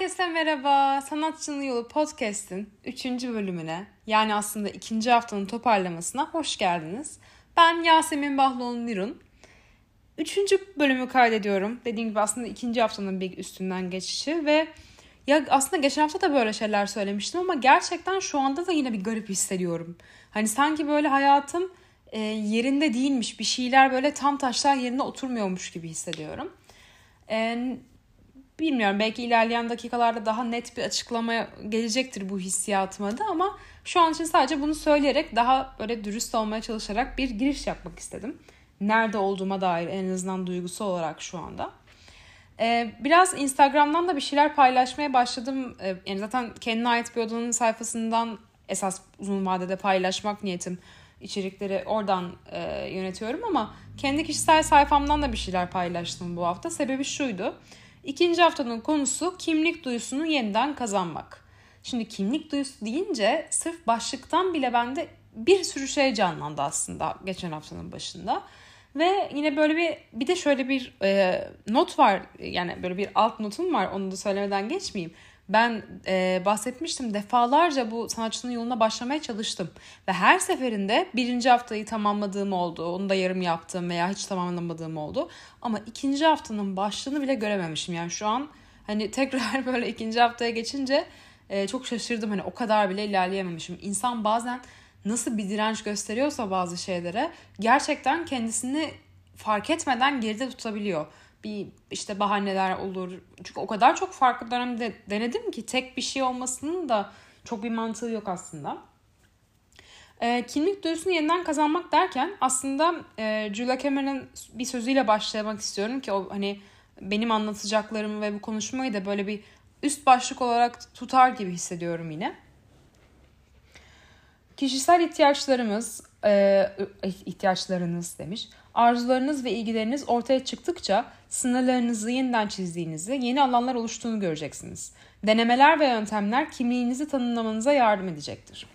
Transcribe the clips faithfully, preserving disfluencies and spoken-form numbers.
Herkese merhaba. Sanatçının Yolu Podcast'in üçüncü bölümüne, yani aslında ikinci haftanın toparlamasına hoş geldiniz. Ben Yasemin Bahloğlu Nirun. Üçüncü bölümü kaydediyorum. Dediğim gibi aslında ikinci haftanın bir üstünden geçişi ve ya aslında geçen hafta da böyle şeyler söylemiştim ama gerçekten şu anda da yine bir garip hissediyorum. Hani sanki böyle hayatım e, yerinde değilmiş, bir şeyler böyle tam taşlar yerine oturmuyormuş gibi hissediyorum. E, Bilmiyorum, belki ilerleyen dakikalarda daha net bir açıklama gelecektir bu hissiyatıma da ama şu an için sadece bunu söyleyerek daha böyle dürüst olmaya çalışarak bir giriş yapmak istedim. Nerede olduğuma dair en azından duygusal olarak şu anda. Ee, biraz Instagram'dan da bir şeyler paylaşmaya başladım. Ee, yani zaten kendine ait bir odanın sayfasından esas uzun vadede paylaşmak niyetim. İçerikleri oradan e, yönetiyorum ama kendi kişisel sayfamdan da bir şeyler paylaştım bu hafta. Sebebi şuydu. İkinci haftanın konusu kimlik duyusunu yeniden kazanmak. Şimdi kimlik duyusu deyince sırf başlıktan bile bende bir sürü şey canlandı aslında geçen haftanın başında. Ve yine böyle bir bir de şöyle bir e, not var, yani böyle bir alt notum var, onu da söylemeden geçmeyeyim. Ben e, bahsetmiştim, defalarca bu sanatçının yoluna başlamaya çalıştım. Ve her seferinde birinci haftayı tamamladığım oldu. Onu da yarım yaptığım veya hiç tamamlamadığım oldu. Ama ikinci haftanın başlığını bile görememişim. Yani şu an hani tekrar böyle ikinci haftaya geçince e, çok şaşırdım. Hani o kadar bile ilerleyememişim. İnsan bazen nasıl bir direnç gösteriyorsa bazı şeylere gerçekten kendisini fark etmeden geride tutabiliyor. Bir işte bahaneler olur. Çünkü o kadar çok farklı dönemde denedim ki tek bir şey olmasının da çok bir mantığı yok aslında. E, kimlik duyusunu yeniden kazanmak derken aslında e, Julia Cameron'ın bir sözüyle başlamak istiyorum ki o hani benim anlatacaklarımı ve bu konuşmayı da böyle bir üst başlık olarak tutar gibi hissediyorum yine. Kişisel ihtiyaçlarımız, e, ihtiyaçlarınız demiş, arzularınız ve ilgileriniz ortaya çıktıkça sınırlarınızı yeniden çizdiğinizi, yeni alanlar oluştuğunu göreceksiniz. Denemeler ve yöntemler kimliğinizi tanımlamanıza yardım edecektir.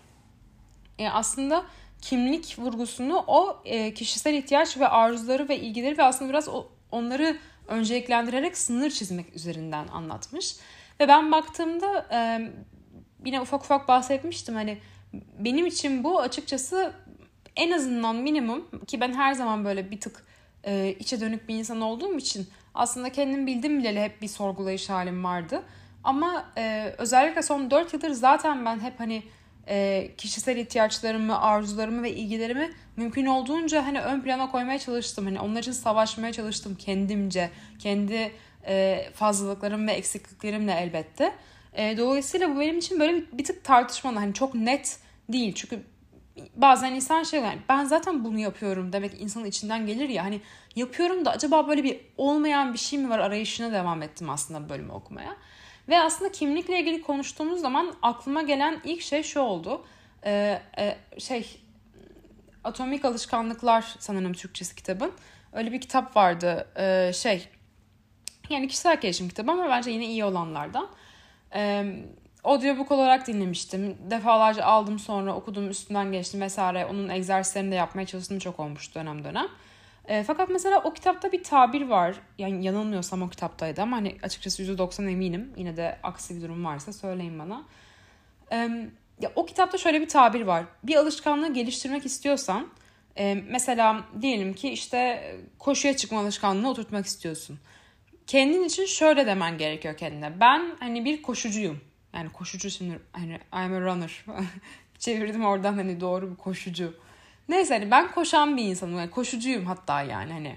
E aslında kimlik vurgusunu o e, kişisel ihtiyaç ve arzuları ve ilgileri ve aslında biraz o, onları önceliklendirerek sınır çizmek üzerinden anlatmış. Ve ben baktığımda e, yine ufak ufak bahsetmiştim, hani benim için bu açıkçası en azından minimum, ki ben her zaman böyle bir tık e, içe dönük bir insan olduğum için aslında kendim bildim bileli hep bir sorgulayış halim vardı. Ama e, özellikle son dört yıldır zaten ben hep hani e, kişisel ihtiyaçlarımı, arzularımı ve ilgilerimi mümkün olduğunca hani ön plana koymaya çalıştım. Hani onlar için savaşmaya çalıştım kendimce, kendi e, fazlalıklarım ve eksikliklerimle elbette. E, dolayısıyla bu benim için böyle bir, bir tık tartışmalı, hani çok net değil. Çünkü bazen insan şey yani ben zaten bunu yapıyorum demek insanın içinden gelir ya, hani yapıyorum da acaba böyle bir olmayan bir şey mi var arayışına devam ettim aslında bölümü okumaya. Ve aslında kimlikle ilgili konuştuğumuz zaman aklıma gelen ilk şey şu oldu. Ee, e, şey Atomik Alışkanlıklar sanırım Türkçesi kitabın. Öyle bir kitap vardı. Ee, şey yani kişisel gelişim kitabı ama bence yine iyi olanlardan. Ee, audiobook olarak dinlemiştim. Defalarca aldım, sonra okudum, üstünden geçtim vesaire. Onun egzersizlerini de yapmaya çalıştım, çok olmuştu dönem dönem. E, fakat mesela o kitapta bir tabir var. Yani yanılmıyorsam o kitaptaydı ama hani açıkçası yüzde doksan eminim. Yine de aksi bir durum varsa söyleyin bana. E, ya o kitapta şöyle bir tabir var. Bir alışkanlığı geliştirmek istiyorsan, e, mesela diyelim ki işte koşuya çıkma alışkanlığını oturtmak istiyorsun. Kendin için şöyle demen gerekiyor kendine. Ben hani bir koşucuyum. Yani koşucu, şimdi hani I'm a runner. Çevirdim oradan, hani doğru bir koşucu. Neyse hani ben koşan bir insanım. Yani koşucuyum hatta, yani hani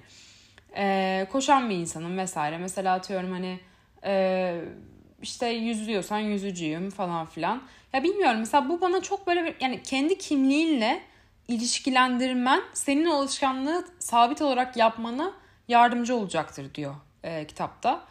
e, koşan bir insanım vesaire. Mesela atıyorum hani e, işte yüzüyorsan yüzücüyüm falan filan. Ya bilmiyorum, mesela bu bana çok böyle bir, yani kendi kimliğinle ilişkilendirmen senin o alışkanlığı sabit olarak yapmana yardımcı olacaktır diyor e, kitapta.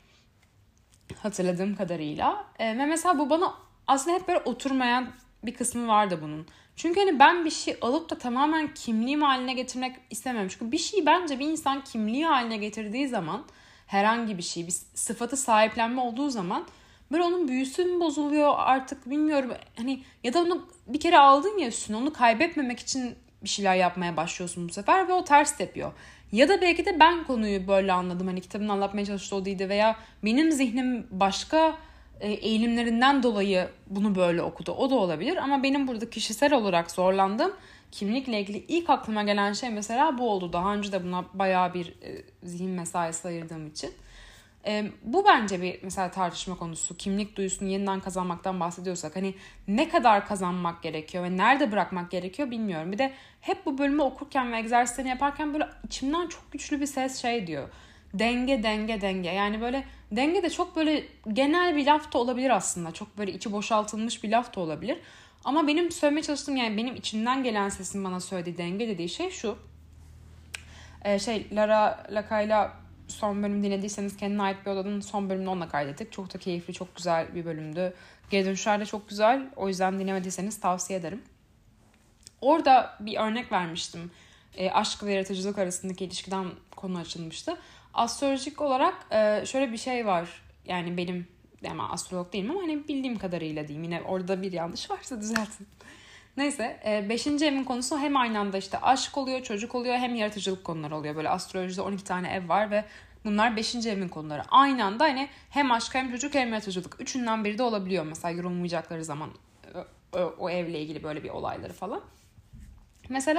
Hatırladığım kadarıyla. E, ve mesela bu bana aslında hep böyle oturmayan bir kısmı vardı bunun. Çünkü hani ben bir şey alıp da tamamen kimliğim haline getirmek istemiyorum. Çünkü bir şeyi bence bir insan kimliği haline getirdiği zaman, herhangi bir şey, bir sıfatı sahiplenme olduğu zaman böyle onun büyüsü mü bozuluyor artık bilmiyorum. Hani ya da onu bir kere aldın ya üstüne, onu kaybetmemek için bir şeyler yapmaya başlıyorsun bu sefer ve o ters tepiyor. Ya da belki de ben konuyu böyle anladım. Hani kitabın anlatmaya çalıştığı o değildi veya benim zihnim başka e, eğilimlerinden dolayı bunu böyle okudu. O da olabilir ama benim burada kişisel olarak zorlandığım kimlikle ilgili ilk aklıma gelen şey mesela bu oldu. Daha önce de buna bayağı bir e, zihin mesaisi ayırdığım için. E, bu bence bir mesela tartışma konusu. Kimlik duyusunu yeniden kazanmaktan bahsediyorsak hani ne kadar kazanmak gerekiyor ve nerede bırakmak gerekiyor bilmiyorum. Bir de hep bu bölümü okurken ve egzersizlerini yaparken böyle içimden çok güçlü bir ses şey diyor. Denge, denge, denge. Yani böyle denge de çok böyle genel bir laf da olabilir aslında. Çok böyle içi boşaltılmış bir laf da olabilir. Ama benim söylemeye çalıştığım, yani benim içimden gelen sesin bana söylediği denge dediği şey şu. Ee, şey Lara Laka'yla son bölüm dinlediyseniz Kendine Ait Bir Odanın son bölümünü onunla kaydettik. Çok da keyifli, çok güzel bir bölümdü. Geri dönüşler de çok güzel. O yüzden dinlemediyseniz tavsiye ederim. Orada bir örnek vermiştim. E, aşk ve yaratıcılık arasındaki ilişkiden konu açılmıştı. Astrolojik olarak e, şöyle bir şey var. Yani benim, yani astrolog değilim ama hani bildiğim kadarıyla diyeyim. Yine orada bir yanlış varsa düzeltin. Neyse, e, beşinci evin konusu hem aynı anda işte aşk oluyor, çocuk oluyor, hem yaratıcılık konuları oluyor. Böyle astrolojide on iki tane ev var ve bunlar beşinci evin konuları. Aynı anda hani hem aşk hem çocuk hem yaratıcılık. Üçünden biri de olabiliyor mesela yorulmayacakları zaman o, o, o evle ilgili böyle bir olayları falan. Mesela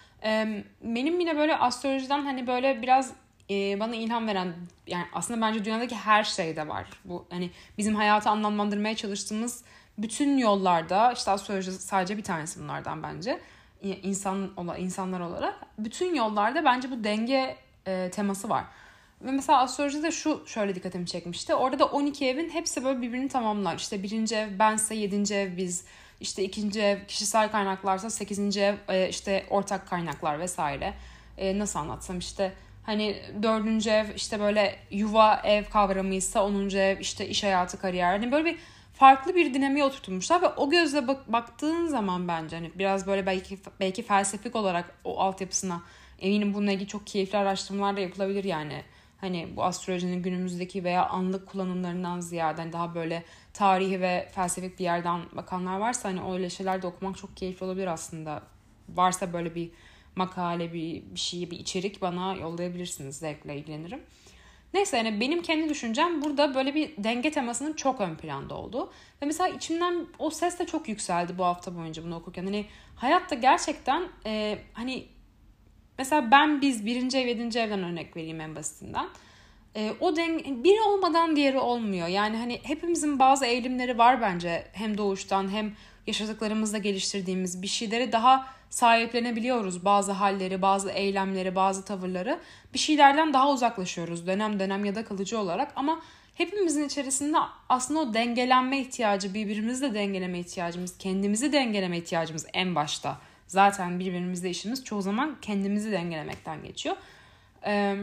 e, benim yine böyle astrolojiden hani böyle biraz e, bana ilham veren, yani aslında bence dünyadaki her şeyde var. Bu hani bizim hayatı anlamlandırmaya çalıştığımız bütün yollarda, işte astroloji sadece bir tanesi bunlardan bence. İnsan insanlar olarak bütün yollarda bence bu denge e, teması var. Ve mesela astrolojide şu şöyle dikkatimi çekmişti. Orada da on iki evin hepsi böyle birbirini tamamlar. İşte birinci ev bense, yedinci ev biz, işte ikinci ev kişisel kaynaklarsa, sekizinci ev e, işte ortak kaynaklar vesaire. E, nasıl anlatsam işte hani dördüncü ev işte böyle yuva ev kavramıysa, onuncu ev işte iş hayatı, kariyer. Hani böyle bir farklı bir dinamiğe oturtmuşlar ve o gözle bak, baktığın zaman bence hani biraz böyle belki belki felsefik olarak o altyapısına, eminim bununla ilgili çok keyifli araştırmalar da yapılabilir yani. Hani bu astrolojinin günümüzdeki veya anlık kullanımlarından ziyade hani daha böyle tarihi ve felsefik bir yerden bakanlar varsa hani öyle şeyler de okumak çok keyifli olabilir aslında. Varsa böyle bir makale, bir, bir şey, bir içerik bana yollayabilirsiniz. Zevkle ilgilenirim. Neyse yani benim kendi düşüncem burada böyle bir denge temasının çok ön planda olduğu. Ve mesela içimden o ses de çok yükseldi bu hafta boyunca bunu okurken. Hani hayatta gerçekten e, hani mesela ben biz birinci ev, yedinci evden örnek vereyim en basitinden. E, o denge, biri olmadan diğeri olmuyor. Yani hani hepimizin bazı eğilimleri var bence. Hem doğuştan hem yaşadıklarımızda geliştirdiğimiz bir şeyleri daha sahiplenebiliyoruz. Bazı halleri, bazı eylemleri, bazı tavırları. Bir şeylerden daha uzaklaşıyoruz dönem dönem ya da kalıcı olarak. Ama hepimizin içerisinde aslında o dengelenme ihtiyacı, birbirimizle dengeleme ihtiyacımız, kendimizi dengeleme ihtiyacımız en başta. Zaten birbirimizle işimiz çoğu zaman kendimizi dengelemekten geçiyor. Ee,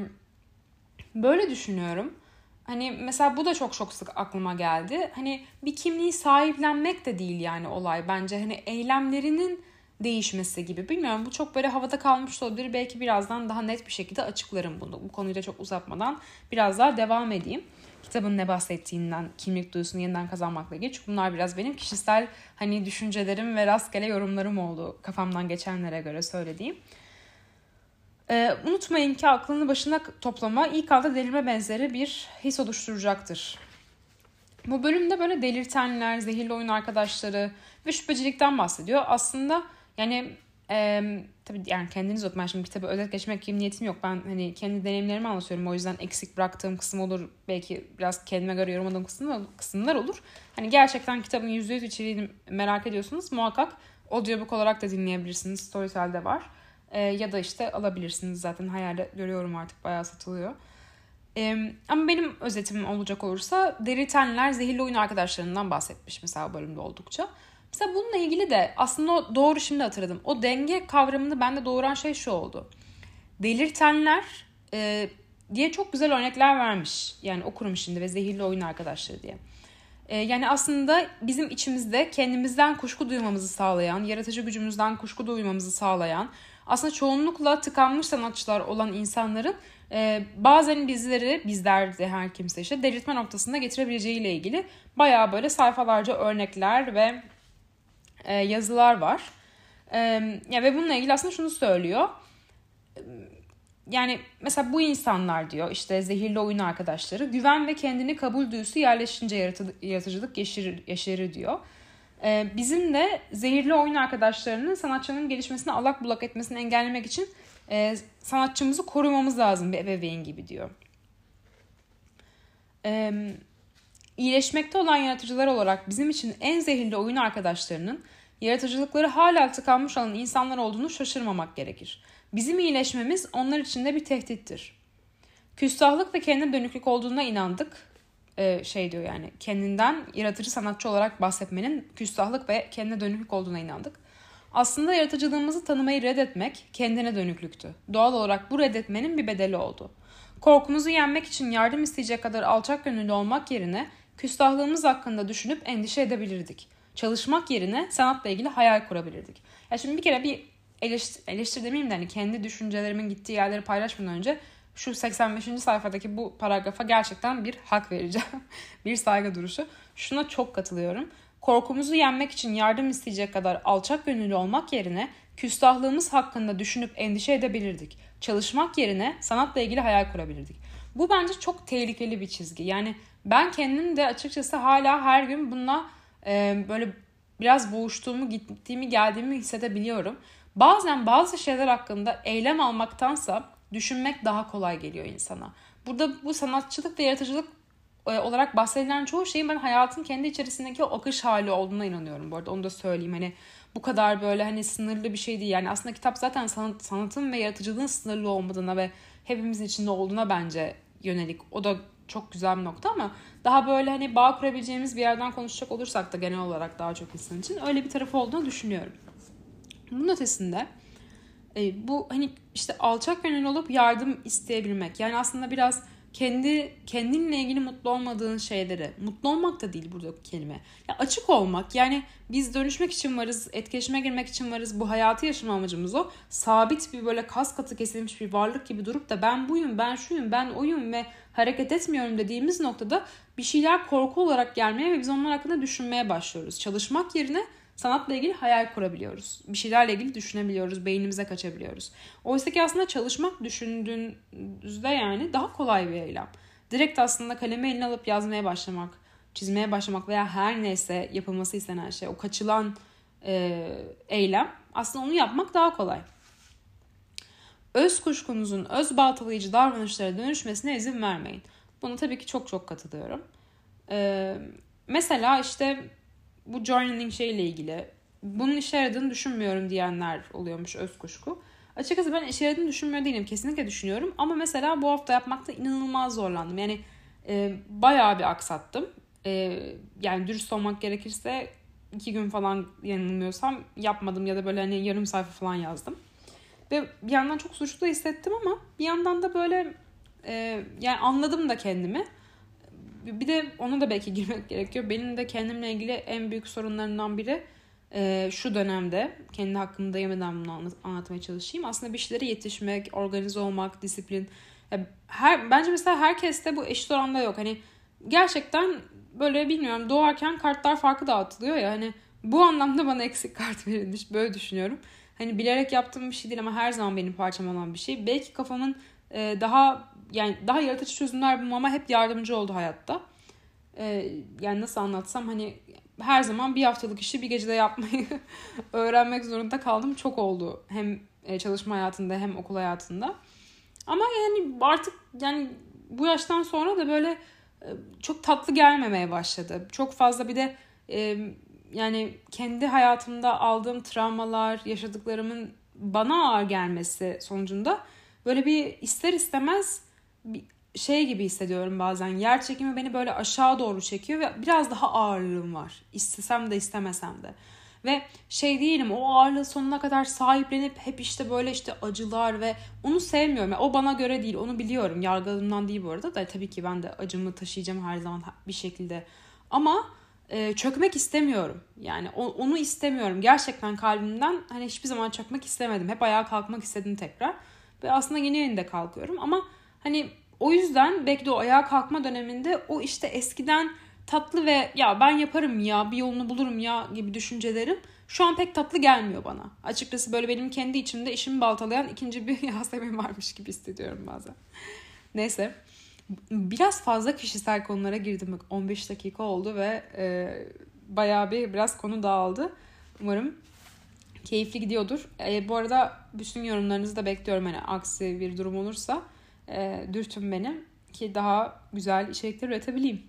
böyle düşünüyorum. Hani mesela bu da çok çok sık aklıma geldi. Hani bir kimliği sahiplenmek de değil yani olay. Bence hani eylemlerinin değişmesi gibi. Bilmiyorum, bu çok böyle havada kalmış olabilir. Belki birazdan daha net bir şekilde açıklarım bunu. Bu konuyu da çok uzatmadan biraz daha devam edeyim. Kitabın ne bahsettiğinden, kimlik duyusunu yeniden kazanmakla ilgili. Çünkü bunlar biraz benim kişisel hani düşüncelerim ve rastgele yorumlarım oldu. Kafamdan geçenlere göre söylediğim. Ee, unutmayın ki aklını başına toplama ilk anda delirme benzeri bir his oluşturacaktır. Bu bölümde böyle delirtenler, zehirli oyun arkadaşları ve şüphecilikten bahsediyor. Aslında yani e, tabii yani kendiniz okuyun. Ben şimdi kitabı özet geçmek gibi niyetim yok. Ben hani kendi deneyimlerimi anlatıyorum. O yüzden eksik bıraktığım kısım olur. Belki biraz kendime göre yorumladığım kısımlar olur. Hani gerçekten kitabın yüzde yüz içeriğini merak ediyorsanız muhakkak audiobook olarak da dinleyebilirsiniz. Storytel'de var. E, ya da işte alabilirsiniz zaten. Hayalde görüyorum artık bayağı satılıyor. Ee, ama benim özetim olacak olursa delirtenler zehirli oyun arkadaşlarından bahsetmiş mesela bölümde oldukça. Mesela bununla ilgili de aslında o doğru, şimdi hatırladım. O denge kavramını bende doğuran şey şu oldu. Delirtenler e, diye çok güzel örnekler vermiş. Yani okurum şimdi ve zehirli oyun arkadaşları diye. E, yani aslında bizim içimizde kendimizden kuşku duymamızı sağlayan, yaratıcı gücümüzden kuşku duymamızı sağlayan, aslında çoğunlukla tıkanmış sanatçılar olan insanların Ee, bazen bizleri, bizler de her kimse işte delirtme noktasında getirebileceğiyle ilgili bayağı böyle sayfalarca örnekler ve e, yazılar var. E, ya ve bununla ilgili aslında şunu söylüyor. yani mesela bu insanlar diyor işte zehirli oyun arkadaşları güven ve kendini kabul duygusu yerleşince yaratı, yaratıcılık yeşerir, yeşerir diyor. Ee, bizim de zehirli oyun arkadaşlarının sanatçının gelişmesini allak bullak etmesini engellemek için e, sanatçımızı korumamız lazım bir ebeveyn gibi diyor. Ee, iyileşmekte olan yaratıcılar olarak bizim için en zehirli oyun arkadaşlarının yaratıcılıkları hala tıkanmış olan insanlar olduğunu şaşırmamak gerekir. Bizim iyileşmemiz onlar için de bir tehdittir. Küstahlık ve kendine dönüklük olduğuna inandık. Ee, şey diyor yani kendinden yaratıcı sanatçı olarak bahsetmenin küstahlık ve kendine dönüklük olduğuna inandık. Aslında yaratıcılığımızı tanımayı reddetmek kendine dönüklüktü. Doğal olarak bu reddetmenin bir bedeli oldu. Korkumuzu yenmek için yardım isteyecek kadar alçak gönüllü olmak yerine küstahlığımız hakkında düşünüp endişe edebilirdik. Çalışmak yerine sanatla ilgili hayal kurabilirdik. Ya şimdi bir kere bir eleştir, eleştir demeyeyim de hani kendi düşüncelerimin gittiği yerleri paylaşmadan önce şu seksen beşinci sayfadaki bu paragrafa gerçekten bir hak vereceğim. Bir saygı duruşu. Şuna çok katılıyorum. Korkumuzu yenmek için yardım isteyecek kadar alçak gönüllü olmak yerine küstahlığımız hakkında düşünüp endişe edebilirdik. Çalışmak yerine sanatla ilgili hayal kurabilirdik. Bu bence çok tehlikeli bir çizgi. Yani ben kendim de açıkçası hala her gün bununla e, böyle biraz boğuştuğumu, gittiğimi, geldiğimi hissedebiliyorum. Bazen bazı şeyler hakkında eylem almaktansa düşünmek daha kolay geliyor insana. Burada bu sanatçılık ve yaratıcılık olarak bahsedilen çoğu şeyin ben hayatın kendi içerisindeki o akış hali olduğuna inanıyorum bu arada. Onu da söyleyeyim. Hani bu kadar böyle hani sınırlı bir şey değil. Yani aslında kitap zaten sanat, sanatın ve yaratıcılığın sınırlı olmadığına ve hepimizin içinde olduğuna bence yönelik. O da çok güzel bir nokta ama daha böyle hani bağ kurabileceğimiz bir yerden konuşacak olursak da genel olarak daha çok insan için öyle bir tarafı olduğunu düşünüyorum. Bunun ötesinde e, bu hani işte alçak gönüllü olup yardım isteyebilmek. Yani aslında biraz kendi kendinle ilgili mutlu olmadığın şeylere, mutlu olmak da değil buradaki kelime. Ya açık olmak, yani biz dönüşmek için varız, etkileşime girmek için varız. Bu hayatı yaşama amacımız o. Sabit bir böyle kas katı kesilmiş bir varlık gibi durup da ben buyum, ben şuyum, ben oyum ve hareket etmiyorum dediğimiz noktada bir şeyler korku olarak gelmeye ve biz onlar hakkında düşünmeye başlıyoruz. Çalışmak yerine sanatla ilgili hayal kurabiliyoruz. Bir şeylerle ilgili düşünebiliyoruz. Beynimize kaçabiliyoruz. Oysa ki aslında çalışmak düşündüğünüzde yani daha kolay bir eylem. Direkt aslında kalemi eline alıp yazmaya başlamak, çizmeye başlamak veya her neyse yapılması istenen şey, o kaçılan e, eylem aslında onu yapmak daha kolay. Öz kuşkunuzun öz baltalayıcı davranışlara dönüşmesine izin vermeyin. Buna tabii ki çok çok katılıyorum. E, mesela işte bu journaling şeyle ilgili bunun işe yaradığını düşünmüyorum diyenler oluyormuş, öz kuşku. Açıkçası ben işe yaradığını düşünmüyor değilim. Kesinlikle düşünüyorum. Ama mesela bu hafta yapmakta inanılmaz zorlandım. Yani e, bayağı bir aksattım. E, yani dürüst olmak gerekirse iki gün falan yanılmıyorsam yapmadım ya da böyle hani yarım sayfa falan yazdım. Ve bir yandan çok suçlu da hissettim ama bir yandan da böyle e, yani anladım da kendimi. Bir de ona da belki girmek gerekiyor. Benim de kendimle ilgili en büyük sorunlarından biri e, şu dönemde kendi hakkımda yemeden bunu anlat- anlatmaya çalışayım. Aslında bir şeylere yetişmek, organize olmak, disiplin. Ya her, bence mesela herkeste bu eşit oranda yok. Hani gerçekten böyle bilmiyorum doğarken kartlar farklı dağıtılıyor ya. Hani bu anlamda bana eksik kart verilmiş. Böyle düşünüyorum. Hani bilerek yaptığım bir şey değil ama her zaman benim parçam olan bir şey. Belki kafamın e, daha yani daha yaratıcı çözümler bulmama hep yardımcı oldu hayatta. Ee, yani nasıl anlatsam hani her zaman bir haftalık işi bir gecede yapmayı öğrenmek zorunda kaldım. Çok oldu hem çalışma hayatında hem okul hayatında. Ama yani artık yani bu yaştan sonra da böyle çok tatlı gelmemeye başladı. Çok fazla bir de e, yani kendi hayatımda aldığım travmalar, yaşadıklarımın bana ağır gelmesi sonucunda böyle bir ister istemez bir şey gibi hissediyorum bazen. Yer çekimi beni böyle aşağı doğru çekiyor ve biraz daha ağırlığım var. İstesem de istemesem de. Ve şey değilim, o ağırlığı sonuna kadar sahiplenip hep işte böyle işte acılar ve onu sevmiyorum. Yani o bana göre değil, onu biliyorum. Yargıladığımdan değil bu arada da tabii ki ben de acımı taşıyacağım her zaman bir şekilde. Ama e, çökmek istemiyorum. Yani o, onu istemiyorum. Gerçekten kalbimden hani hiçbir zaman çökmek istemedim. Hep ayağa kalkmak istedim tekrar. Ve aslında yeni yeni kalkıyorum ama hani o yüzden belki de o ayağa kalkma döneminde o işte eskiden tatlı ve ya ben yaparım ya bir yolunu bulurum ya gibi düşüncelerim şu an pek tatlı gelmiyor bana. Açıkçası böyle benim kendi içimde işimi baltalayan ikinci bir Yasemin varmış gibi hissediyorum bazen. Neyse. Biraz fazla kişisel konulara girdim. Bak on beş dakika oldu ve e, bayağı bir biraz konu dağıldı. Umarım keyifli gidiyordur. E, bu arada bütün yorumlarınızı da bekliyorum. Hani aksi bir durum olursa e, dürtün beni ki daha güzel içerikler üretebileyim.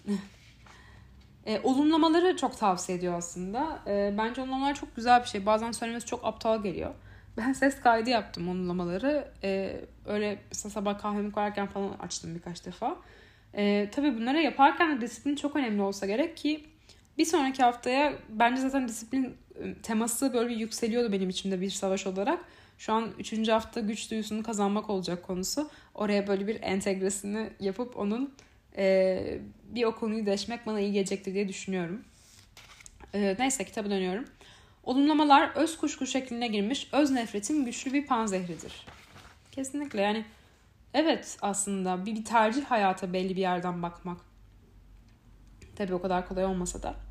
e, olumlamaları çok tavsiye ediyor aslında. E, bence olumlamalar çok güzel bir şey. Bazen söylemesi çok aptal geliyor. Ben ses kaydı yaptım olumlamaları. E, öyle sabah kahvemi koyarken falan açtım birkaç defa. E, tabii bunları yaparken disiplin çok önemli olsa gerek ki bir sonraki haftaya bence zaten disiplin teması böyle bir yükseliyordu benim içimde bir savaş olarak. Şu an üçüncü hafta güç duyusunu kazanmak olacak konusu. Oraya böyle bir entegresini yapıp onun e, bir o konuyu deşmek bana iyi gelecektir diye düşünüyorum. E, neyse kitaba dönüyorum. Olumlamalar öz kuşku şekline girmiş öz nefretin güçlü bir panzehridir. Kesinlikle yani evet aslında bir, bir tercih hayata belli bir yerden bakmak. Tabii o kadar kolay olmasa da.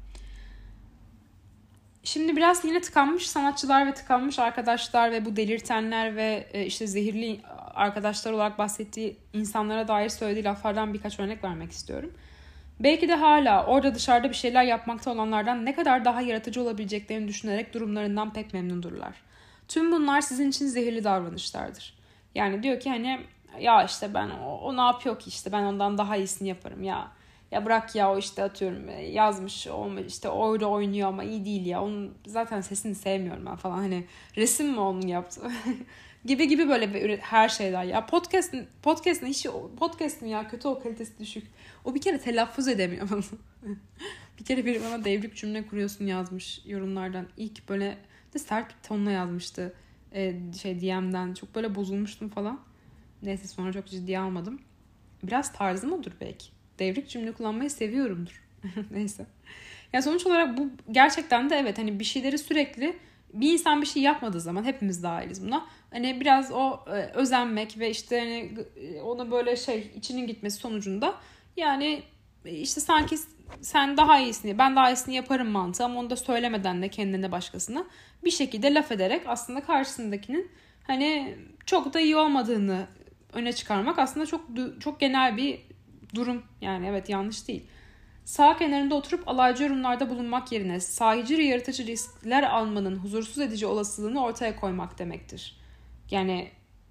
Şimdi biraz yine tıkanmış sanatçılar ve tıkanmış arkadaşlar ve bu delirtenler ve işte zehirli arkadaşlar olarak bahsettiği insanlara dair söylediği laflardan birkaç örnek vermek istiyorum. Belki de hala orada dışarıda bir şeyler yapmakta olanlardan ne kadar daha yaratıcı olabileceklerini düşünerek durumlarından pek memnundurlar. Tüm bunlar sizin için zehirli davranışlardır. Yani diyor ki hani ya işte ben o, o ne yapıyor ki işte ben ondan daha iyisini yaparım ya. Ya bırak ya o işte atıyorum yazmış o işte öyle oynuyor ama iyi değil ya. Onun zaten sesini sevmiyorum ben falan hani resim mi onun yaptı gibi gibi böyle bir her şeyler ya. Podcast'in podcast'in hiç podcast'in ya kötü o kalitesi düşük. O bir kere telaffuz edemiyor falan. Bir kere biri bana devrik cümle kuruyorsun yazmış yorumlardan. İlk böyle de sert bir tonla yazmıştı. Ee, şey D M'den çok böyle bozulmuştum falan. Neyse sonra çok ciddiye almadım. Biraz tarzım odur belki. Devrik cümle kullanmayı seviyorumdur. Neyse. Yani sonuç olarak bu gerçekten de evet hani bir şeyleri sürekli bir insan bir şey yapmadığı zaman hepimiz dahiliz buna. Hani biraz o e, özenmek ve işte hani ona böyle şey içinin gitmesi sonucunda yani işte sanki sen daha iyisini ben daha iyisini yaparım mantığı ama onu da söylemeden de kendine başkasına bir şekilde laf ederek aslında karşısındakinin hani çok da iyi olmadığını öne çıkarmak aslında çok çok genel bir durum. Yani evet yanlış değil. Sağ kenarında oturup alaycı yorumlarda bulunmak yerine sahici ve yaratıcı riskler almanın huzursuz edici olasılığını ortaya koymak demektir. Yani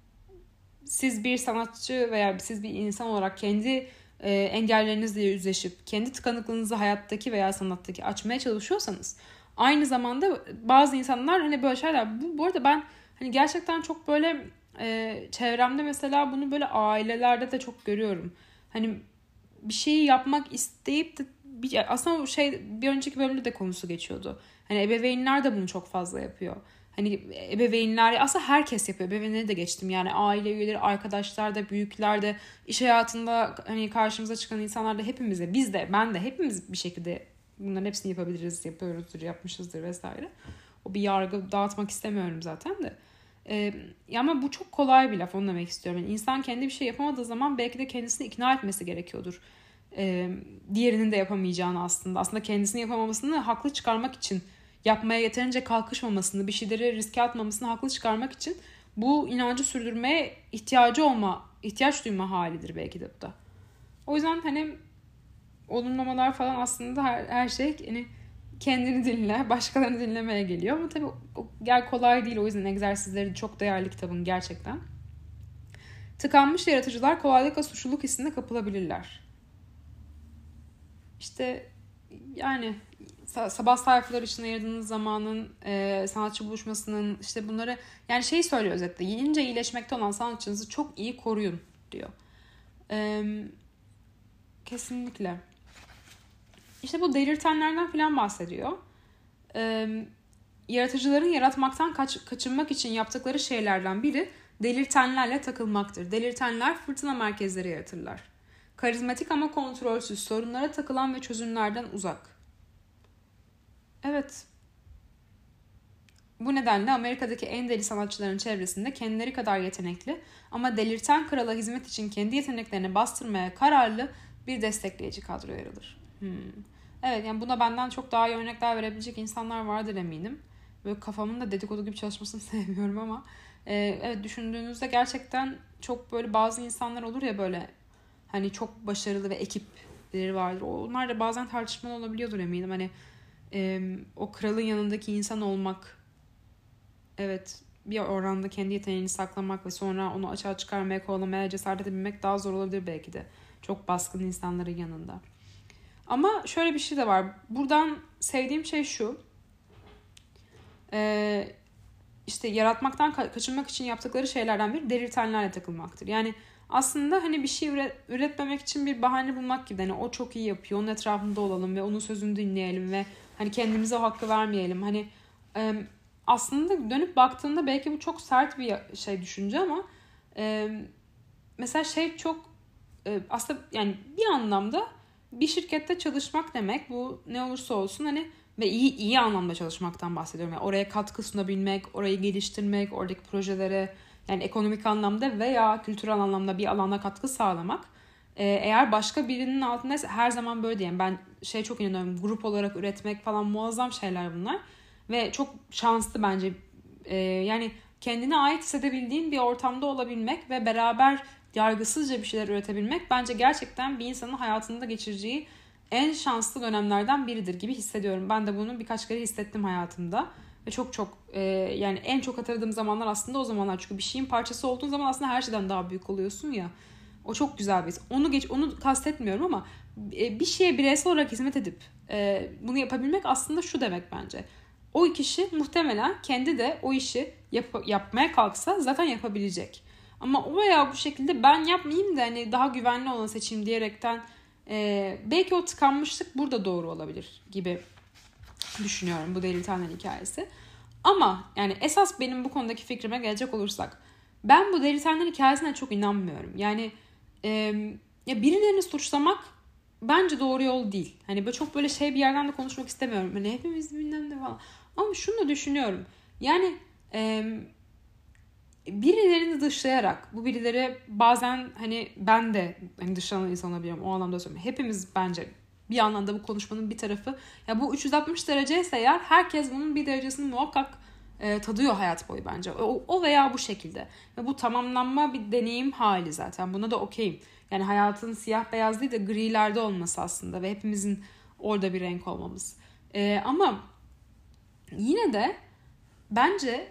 siz bir sanatçı veya siz bir insan olarak kendi e, engellerinizle yüzleşip kendi tıkanıklığınızı hayattaki veya sanattaki açmaya çalışıyorsanız aynı zamanda bazı insanlar hani böyle şeyler bu, bu arada ben hani gerçekten çok böyle e, çevremde mesela bunu böyle ailelerde de çok görüyorum. Hani bir şeyi yapmak isteyip de bir, aslında o şey bir önceki bölümde de konusu geçiyordu. Hani ebeveynler de bunu çok fazla yapıyor. Hani ebeveynler aslında herkes yapıyor. Ebeveynleri de geçtim. Yani aile üyeleri, arkadaşlar da, büyükler de, iş hayatında hani karşımıza çıkan insanlar da hepimize, biz de, ben de hepimiz bir şekilde bunların hepsini yapabiliriz, yapıyoruzdur, yapmışızdır vesaire. O bir yargı dağıtmak istemiyorum zaten de. Ee, ama bu çok kolay bir laf onu demek istiyorum. Yani insan kendi bir şey yapamadığı zaman belki de kendisini ikna etmesi gerekiyordur. Ee, diğerinin de yapamayacağını aslında. Aslında kendisini yapamamasını haklı çıkarmak için yapmaya yeterince kalkışmamasını, bir şeyleri riske atmamasını haklı çıkarmak için bu inancı sürdürmeye ihtiyacı olma, ihtiyaç duyma halidir belki de bu da. O yüzden hani olumlamalar falan aslında her, her şey hani kendini dinle, başkalarını dinlemeye geliyor. Ama tabii o, gel kolay değil. O yüzden egzersizleri çok değerli kitabın gerçekten. Tıkanmış yaratıcılar kolaylıkla suçluluk hissine kapılabilirler. İşte yani sabah sayfaları için ayırdığınız zamanın e, sanatçı buluşmasının işte bunları yani şey söylüyor özetle. Yenince iyileşmekte olan sanatçınızı çok iyi koruyun diyor. E, kesinlikle. İşte bu delirtenlerden falan bahsediyor. Ee, yaratıcıların yaratmaktan kaç, kaçınmak için yaptıkları şeylerden biri delirtenlerle takılmaktır. Delirtenler fırtına merkezleri yaratırlar. Karizmatik ama kontrolsüz, sorunlara takılan ve çözümlerden uzak. Evet. Bu nedenle Amerika'daki en deli sanatçıların çevresinde kendileri kadar yetenekli ama delirten krala hizmet için kendi yeteneklerini bastırmaya kararlı bir destekleyici kadro yer alır. Hmm. Evet yani buna benden çok daha iyi örnekler verebilecek insanlar vardır eminim. böyle kafamın da dedikodu gibi çalışmasını sevmiyorum ama e, evet, düşündüğünüzde gerçekten çok böyle bazı insanlar olur ya, böyle hani çok başarılı ve ekipleri vardır. Onlar da bazen tartışmalı olabiliyordur eminim. Hani e, o kralın yanındaki insan olmak, evet, bir oranda kendi yeteneğini saklamak ve sonra onu açığa çıkarmaya, kovalamaya cesaret edebilmek daha zor olabilir belki de. Çok baskın insanların yanında. Ama şöyle bir şey de var. Buradan sevdiğim şey şu. Ee, işte yaratmaktan ka- kaçınmak için yaptıkları şeylerden biri delirtenlerle takılmaktır. Yani aslında hani bir şey üret- üretmemek için bir bahane bulmak gibi. Hani o çok iyi yapıyor, onun etrafında olalım ve onun sözünü dinleyelim ve hani kendimize o hakkı vermeyelim. Hani e, aslında dönüp baktığında belki bu çok sert bir şey, düşünce ama e, mesela şey çok e, aslında yani bir anlamda bir şirkette çalışmak demek, bu ne olursa olsun hani, ve iyi iyi anlamda çalışmaktan bahsediyorum. Yani oraya katkı sunabilmek, orayı geliştirmek, oradaki projelere yani ekonomik anlamda veya kültürel anlamda bir alana katkı sağlamak. Ee, eğer başka birinin altındaysa, her zaman böyle diyeyim. Ben şey çok inanıyorum, grup olarak üretmek falan muazzam şeyler bunlar. Ve çok şanslı bence. Ee, yani kendine ait hissedebildiğin bir ortamda olabilmek ve beraber yargısızca bir şeyler üretebilmek bence gerçekten bir insanın hayatında geçireceği en şanslı dönemlerden biridir gibi hissediyorum. Ben de bunu birkaç kere hissettim hayatımda. Ve çok çok e, yani en çok hatırladığım zamanlar aslında o zamanlar. Çünkü bir şeyin parçası olduğun zaman aslında her şeyden daha büyük oluyorsun ya. O çok güzel bir his. Onu geç, onu kastetmiyorum ama e, bir şeye bireysel olarak hizmet edip e, bunu yapabilmek aslında şu demek bence. O kişi muhtemelen kendi de o işi yap- yapmaya kalksa zaten yapabilecek. Ama o veya bu şekilde ben yapmayayım da hani daha güvenli olanı seçeyim diyerekten e, belki o tıkanmışlık burada doğru olabilir gibi düşünüyorum bu delirtenler hikayesi. Ama yani esas benim bu konudaki fikrime gelecek olursak, ben bu delirtenler hikayesine çok inanmıyorum. Yani e, ya birilerini suçlamak bence doğru yol değil. Hani böyle çok böyle şey bir yerden de konuşmak istemiyorum. Hani hepimiz bilmem ne falan. Ama şunu da düşünüyorum. Yani e, birilerini dışlayarak, bu birileri bazen hani ben de hani dışlanan insan olabiliyorum, o anlamda söylüyorum. Hepimiz bence bir anlamda bu konuşmanın bir tarafı. Ya bu üç yüz altmış derece ise eğer, herkes bunun bir derecesini muhakkak e, tadıyor hayat boyu bence. O, o veya bu şekilde. Ve bu tamamlanma bir deneyim hali zaten. Buna da okeyim. Yani hayatın siyah beyaz değil de grilerde olması aslında ve hepimizin orada bir renk olmamız. E, ama yine de bence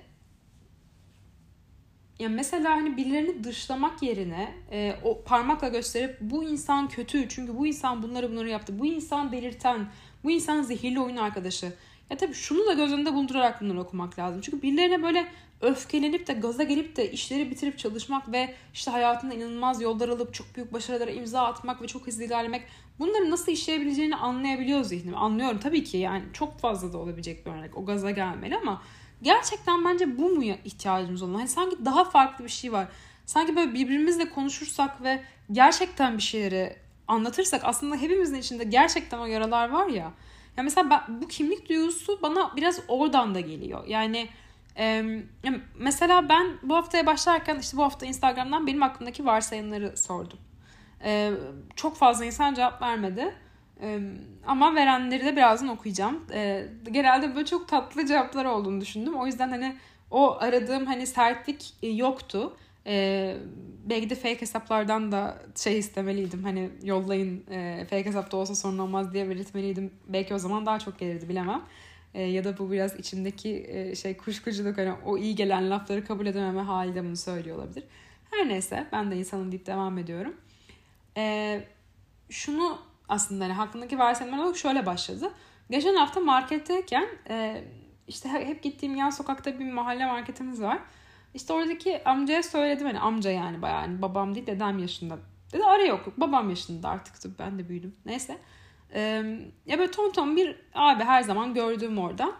yani mesela hani birilerini dışlamak yerine e, o parmakla gösterip bu insan kötü çünkü bu insan bunları bunları yaptı, bu insan delirten, bu insan zehirli oyun arkadaşı. Ya tabii şunu da göz önünde bulundurarak bunları okumak lazım. Çünkü birilerine böyle öfkelenip de gaza gelip de işleri bitirip çalışmak ve işte hayatında inanılmaz yollar alıp çok büyük başarılara imza atmak ve çok hızlı ilerlemek, bunları nasıl işleyebileceğini anlayabiliyor zihnim. Anlıyorum tabii ki, yani çok fazla da olabilecek bir örnek o gaza gelmeli ama gerçekten bence bu mu ihtiyacımız olan? Hani sanki daha farklı bir şey var. Sanki böyle birbirimizle konuşursak ve gerçekten bir şeyleri anlatırsak aslında hepimizin içinde gerçekten o yaralar var ya. Ya mesela ben, bu kimlik duygusu bana biraz oradan da geliyor. Yani e, mesela ben bu haftaya başlarken işte bu hafta Instagram'dan benim aklımdaki varsayımları sordum. E, çok fazla insan cevap vermedi. Ee, ama verenleri de birazdan okuyacağım. Ee, genelde böyle çok tatlı cevaplar olduğunu düşündüm. O yüzden hani o aradığım hani sertlik e, yoktu. Ee, belki de fake hesaplardan da şey istemeliydim. Hani yollayın, e, fake hesapta olsa sorun olmaz diye belirtmeliydim. Belki o zaman daha çok gelirdi, bilemem. Ee, ya da bu biraz içimdeki e, şey kuşkuculuk, hani o iyi gelen lafları kabul edememe hali de bunu söylüyor olabilir. Her neyse, ben de insanım deyip devam ediyorum. Ee, şunu aslında hani hakkındaki varsayımlar olarak şöyle başladı. Geçen hafta marketteyken e, işte hep gittiğim yan sokakta bir mahalle marketimiz var. İşte oradaki amcaya söyledim, hani amca yani bayağı, hani babam değil dedem yaşında. Dedi ara yok yok babam yaşında artık, tabii ben de büyüdüm. Neyse. E, ya böyle ton ton bir abi, her zaman gördüğüm orada.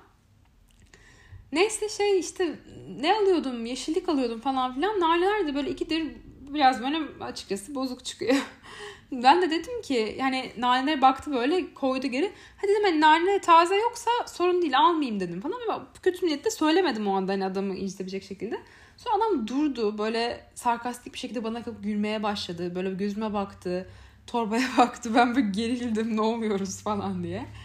Neyse şey işte ne alıyordum, yeşillik alıyordum falan filan. Naneler de böyle ikidir biraz böyle açıkçası bozuk çıkıyor. Ben de dedim ki yani nanelere baktı böyle, koydu geri. Hadi dedim hani nane taze yoksa sorun değil, almayayım dedim falan. Ama kötü niyetle söylemedim o anda hani adamı incitebilecek şekilde. Sonra adam durdu böyle sarkastik bir şekilde bana bakıp gülmeye başladı. Böyle gözüme baktı, torbaya baktı, ben böyle gerildim ne oluyoruz falan diye.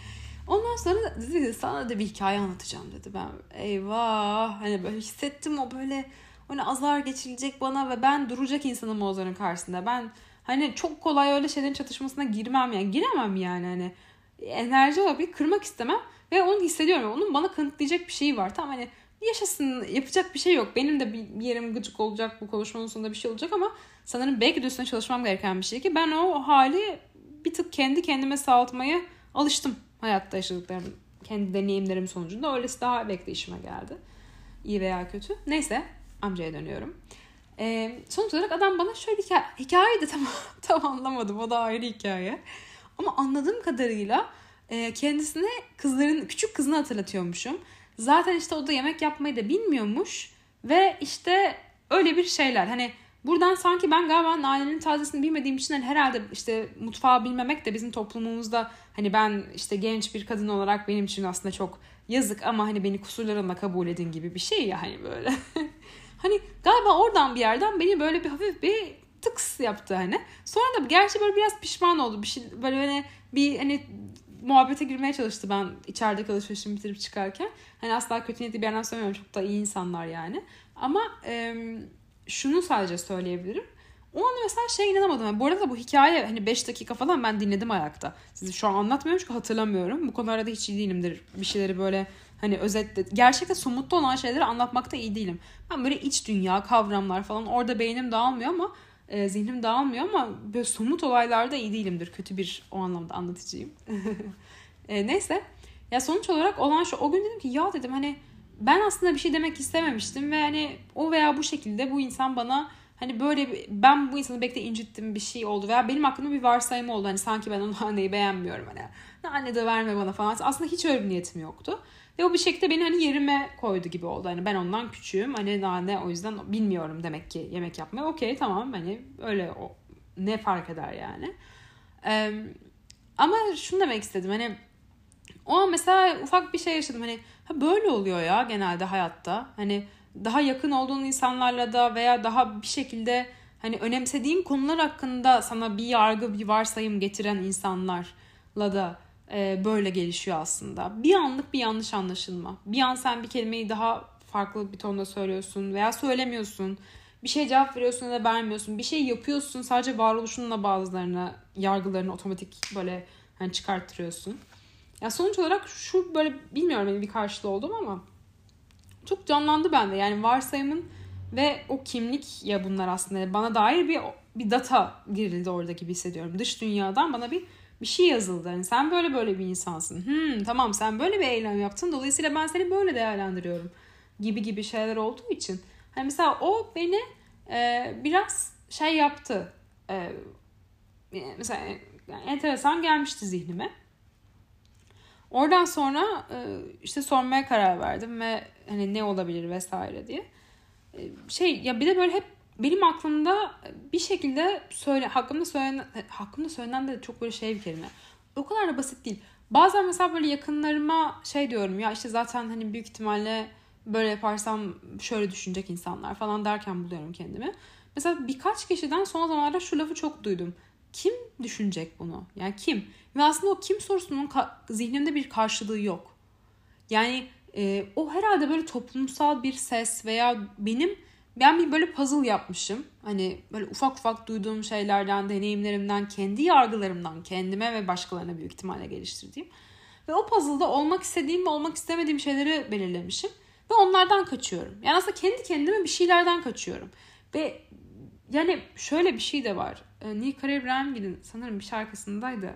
Ondan sonra dedi ki sana da bir hikaye anlatacağım dedi. Ben eyvah hani böyle hissettim o böyle hani azar geçilecek bana ve ben duracak insanım Ozan'ın karşısında. Ben hani çok kolay öyle şeylerin çatışmasına girmem yani giremem yani hani enerji olabilir kırmak istemem ve onu hissediyorum. Onun bana kanıtlayacak bir şeyi var. Tamam hani yaşasın yapacak bir şey yok. Benim de bir yerim gıcık olacak bu konuşmanın sonunda bir şey olacak ama sanırım belki de üstüne çalışmam gereken bir şey ki ben o hali bir tık kendi kendime sağlatmaya alıştım. Hayatta yaşadıklarım, kendi deneyimlerim sonucunda öylesi daha belki de işime geldi. İyi veya kötü. Neyse amcaya dönüyorum. Ee, sonuç olarak adam bana şöyle bir hikaye, hikayeyi de tam, tam anlamadım. O da ayrı hikaye. Ama anladığım kadarıyla e, kendisine kızların, küçük kızını hatırlatıyormuşum. Zaten işte o da yemek yapmayı da bilmiyormuş. Ve işte öyle bir şeyler. Hani buradan sanki ben galiba nanenin tazesini bilmediğim için hani herhalde işte mutfağı bilmemek de bizim toplumumuzda hani ben işte genç bir kadın olarak benim için aslında çok yazık ama hani beni kusurlarımla kabul edin gibi bir şey ya hani böyle. Hani galiba oradan bir yerden beni böyle bir hafif bir tıks yaptı hani. Sonra da gerçi böyle biraz pişman oldu. Bir şey böyle hani bir hani muhabbete girmeye çalıştı ben içerideki alışverişimi bitirip çıkarken. Hani asla kötü niyetli bir yerden söylemiyorum. Çok da iyi insanlar yani. Ama e, şunu sadece söyleyebilirim. O anda mesela şey inanamadım. Yani bu arada da bu hikaye hani beş dakika falan ben dinledim ayakta. Size şu an anlatmıyorum çünkü hatırlamıyorum. Bu konularda da hiç iyi değilimdir. Bir şeyleri böyle hani özetle gerçekten somutta olan şeyleri anlatmakta iyi değilim. Ben böyle iç dünya kavramlar falan orada beynim dağılmıyor ama e, zihnim dağılmıyor ama böyle somut olaylarda iyi değilimdir. Kötü bir o anlamda anlatıcıyım. e, neyse. Ya sonuç olarak olan şu o gün dedim ki ya dedim hani ben aslında bir şey demek istememiştim ve hani o veya bu şekilde bu insan bana hani böyle bir, ben bu insanı belki de incittim bir şey oldu veya benim aklımda bir varsayım oldu. Hani sanki ben onu anneyi beğenmiyorum hani. Anne de verme bana falan. Aslında hiç öyle bir niyetim yoktu. Ve o bir şekilde beni hani yerime koydu gibi oldu. Hani ben ondan küçüğüm. Hani daha ne o yüzden bilmiyorum demek ki yemek yapmayı. Okey tamam hani öyle o, ne fark eder yani. Ee, ama şunu demek istedim hani o an mesela ufak bir şey yaşadım. Hani ha böyle oluyor ya genelde hayatta. Hani daha yakın olduğun insanlarla da veya daha bir şekilde hani önemsediğin konular hakkında sana bir yargı, bir varsayım getiren insanlarla da e, böyle gelişiyor aslında. Bir anlık bir yanlış anlaşılma. Bir an sen bir kelimeyi daha farklı bir tonda söylüyorsun veya söylemiyorsun. Bir şey cevap veriyorsun ya da vermiyorsun. Bir şey yapıyorsun sadece varoluşunla bazılarına yargılarını otomatik böyle hani çıkarttırıyorsun. Ya sonuç olarak şu böyle bilmiyorum hani bir karşılığı oldum ama çok canlandı bende. Yani varsayımın ve o kimlik ya bunlar aslında bana dair bir bir data girildi orada gibi hissediyorum. Dış dünyadan bana bir bir şey yazıldı. Yani sen böyle böyle bir insansın. Hmm, tamam sen böyle bir eylem yaptın. Dolayısıyla ben seni böyle değerlendiriyorum gibi gibi şeyler olduğu için. Hani mesela o beni e, biraz şey yaptı. E, mesela yani enteresan gelmişti zihnime. Oradan sonra işte sormaya karar verdim ve hani ne olabilir vesaire diye. Şey ya bir de böyle hep benim aklımda bir şekilde söyle hakkımda söylenen hakkımda söylenen de çok böyle şey bir kelime. O kadar da basit değil. Bazen mesela böyle yakınlarıma şey diyorum ya işte zaten hani büyük ihtimalle böyle yaparsam şöyle düşünecek insanlar falan derken buluyorum kendimi. Mesela birkaç kişiden son zamanlarda şu lafı çok duydum. Kim düşünecek bunu? Yani kim? Ve aslında o kim sorusunun ka- zihnimde bir karşılığı yok. Yani e, o herhalde böyle toplumsal bir ses veya benim ben bir böyle puzzle yapmışım. Hani böyle ufak ufak duyduğum şeylerden, deneyimlerimden, kendi yargılarımdan kendime ve başkalarına büyük ihtimalle geliştirdiğim. Ve o puzzle'da olmak istediğim ve olmak istemediğim şeyleri belirlemişim. Ve onlardan kaçıyorum. Yani aslında kendi kendime bir şeylerden kaçıyorum. Ve yani şöyle bir şey de var. Nilkara İbrahimgil'in sanırım bir şarkısındaydı.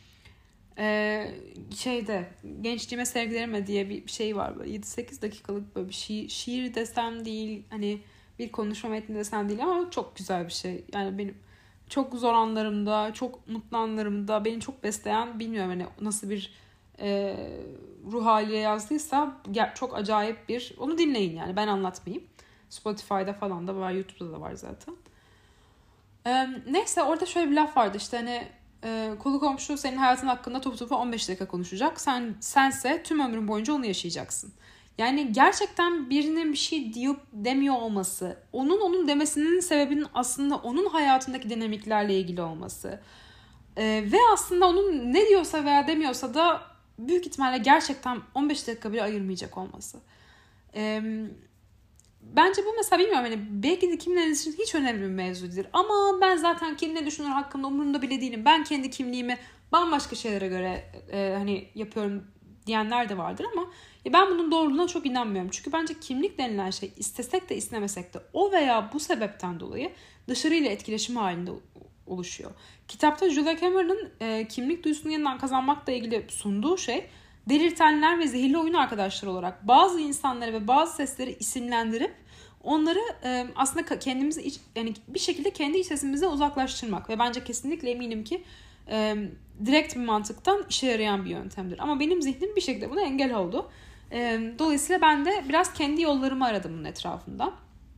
Ee, şeyde Gençliğime Sevgilerime diye bir şey var. Böyle yedi sekiz dakikalık böyle bir şiir, şiir desem değil. Hani bir konuşma metni desem değil ama çok güzel bir şey. Yani benim çok zor anlarımda, çok mutlu anlarımda beni çok besleyen bilmiyorum hani nasıl bir e, ruh haliyle yazdıysa çok acayip bir onu dinleyin yani ben anlatmayayım. Spotify'da falan da var, YouTube'da da var zaten. Ee, neyse orada şöyle bir laf vardı işte hani e, kolu komşu senin hayatın hakkında topu topu on beş dakika konuşacak. Sen sense tüm ömrün boyunca onu yaşayacaksın. Yani gerçekten birinin bir şey deyip demiyor olması, onun onun demesinin sebebinin aslında onun hayatındaki dinamiklerle ilgili olması. Ee, ve aslında onun ne diyorsa veya demiyorsa da büyük ihtimalle gerçekten on beş dakika bile ayırmayacak olması. Ee, bence bu mesela bilmiyorum hani belki de kimlerin için hiç önemli bir mevzu değildir. Ama ben zaten kim ne düşünür hakkında umurumda bile değilim. Ben kendi kimliğimi bambaşka şeylere göre e, hani yapıyorum diyenler de vardır ama ya ben bunun doğruluğuna çok inanmıyorum. Çünkü bence kimlik denilen şey istesek de istemesek de o veya bu sebepten dolayı dışarıyla etkileşim halinde oluşuyor. Kitapta Julia Cameron'ın e, kimlik duysunu yeniden kazanmakla ilgili sunduğu şey delirtenler ve zehirli oyun arkadaşları olarak bazı insanları ve bazı sesleri isimlendirip onları e, aslında kendimizi iç, yani bir şekilde kendi iç sesimizden uzaklaştırmak ve bence kesinlikle eminim ki e, direkt bir mantıktan işe yarayan bir yöntemdir. Ama benim zihnim bir şekilde buna engel oldu. E, dolayısıyla ben de biraz kendi yollarımı aradım bunun etrafında.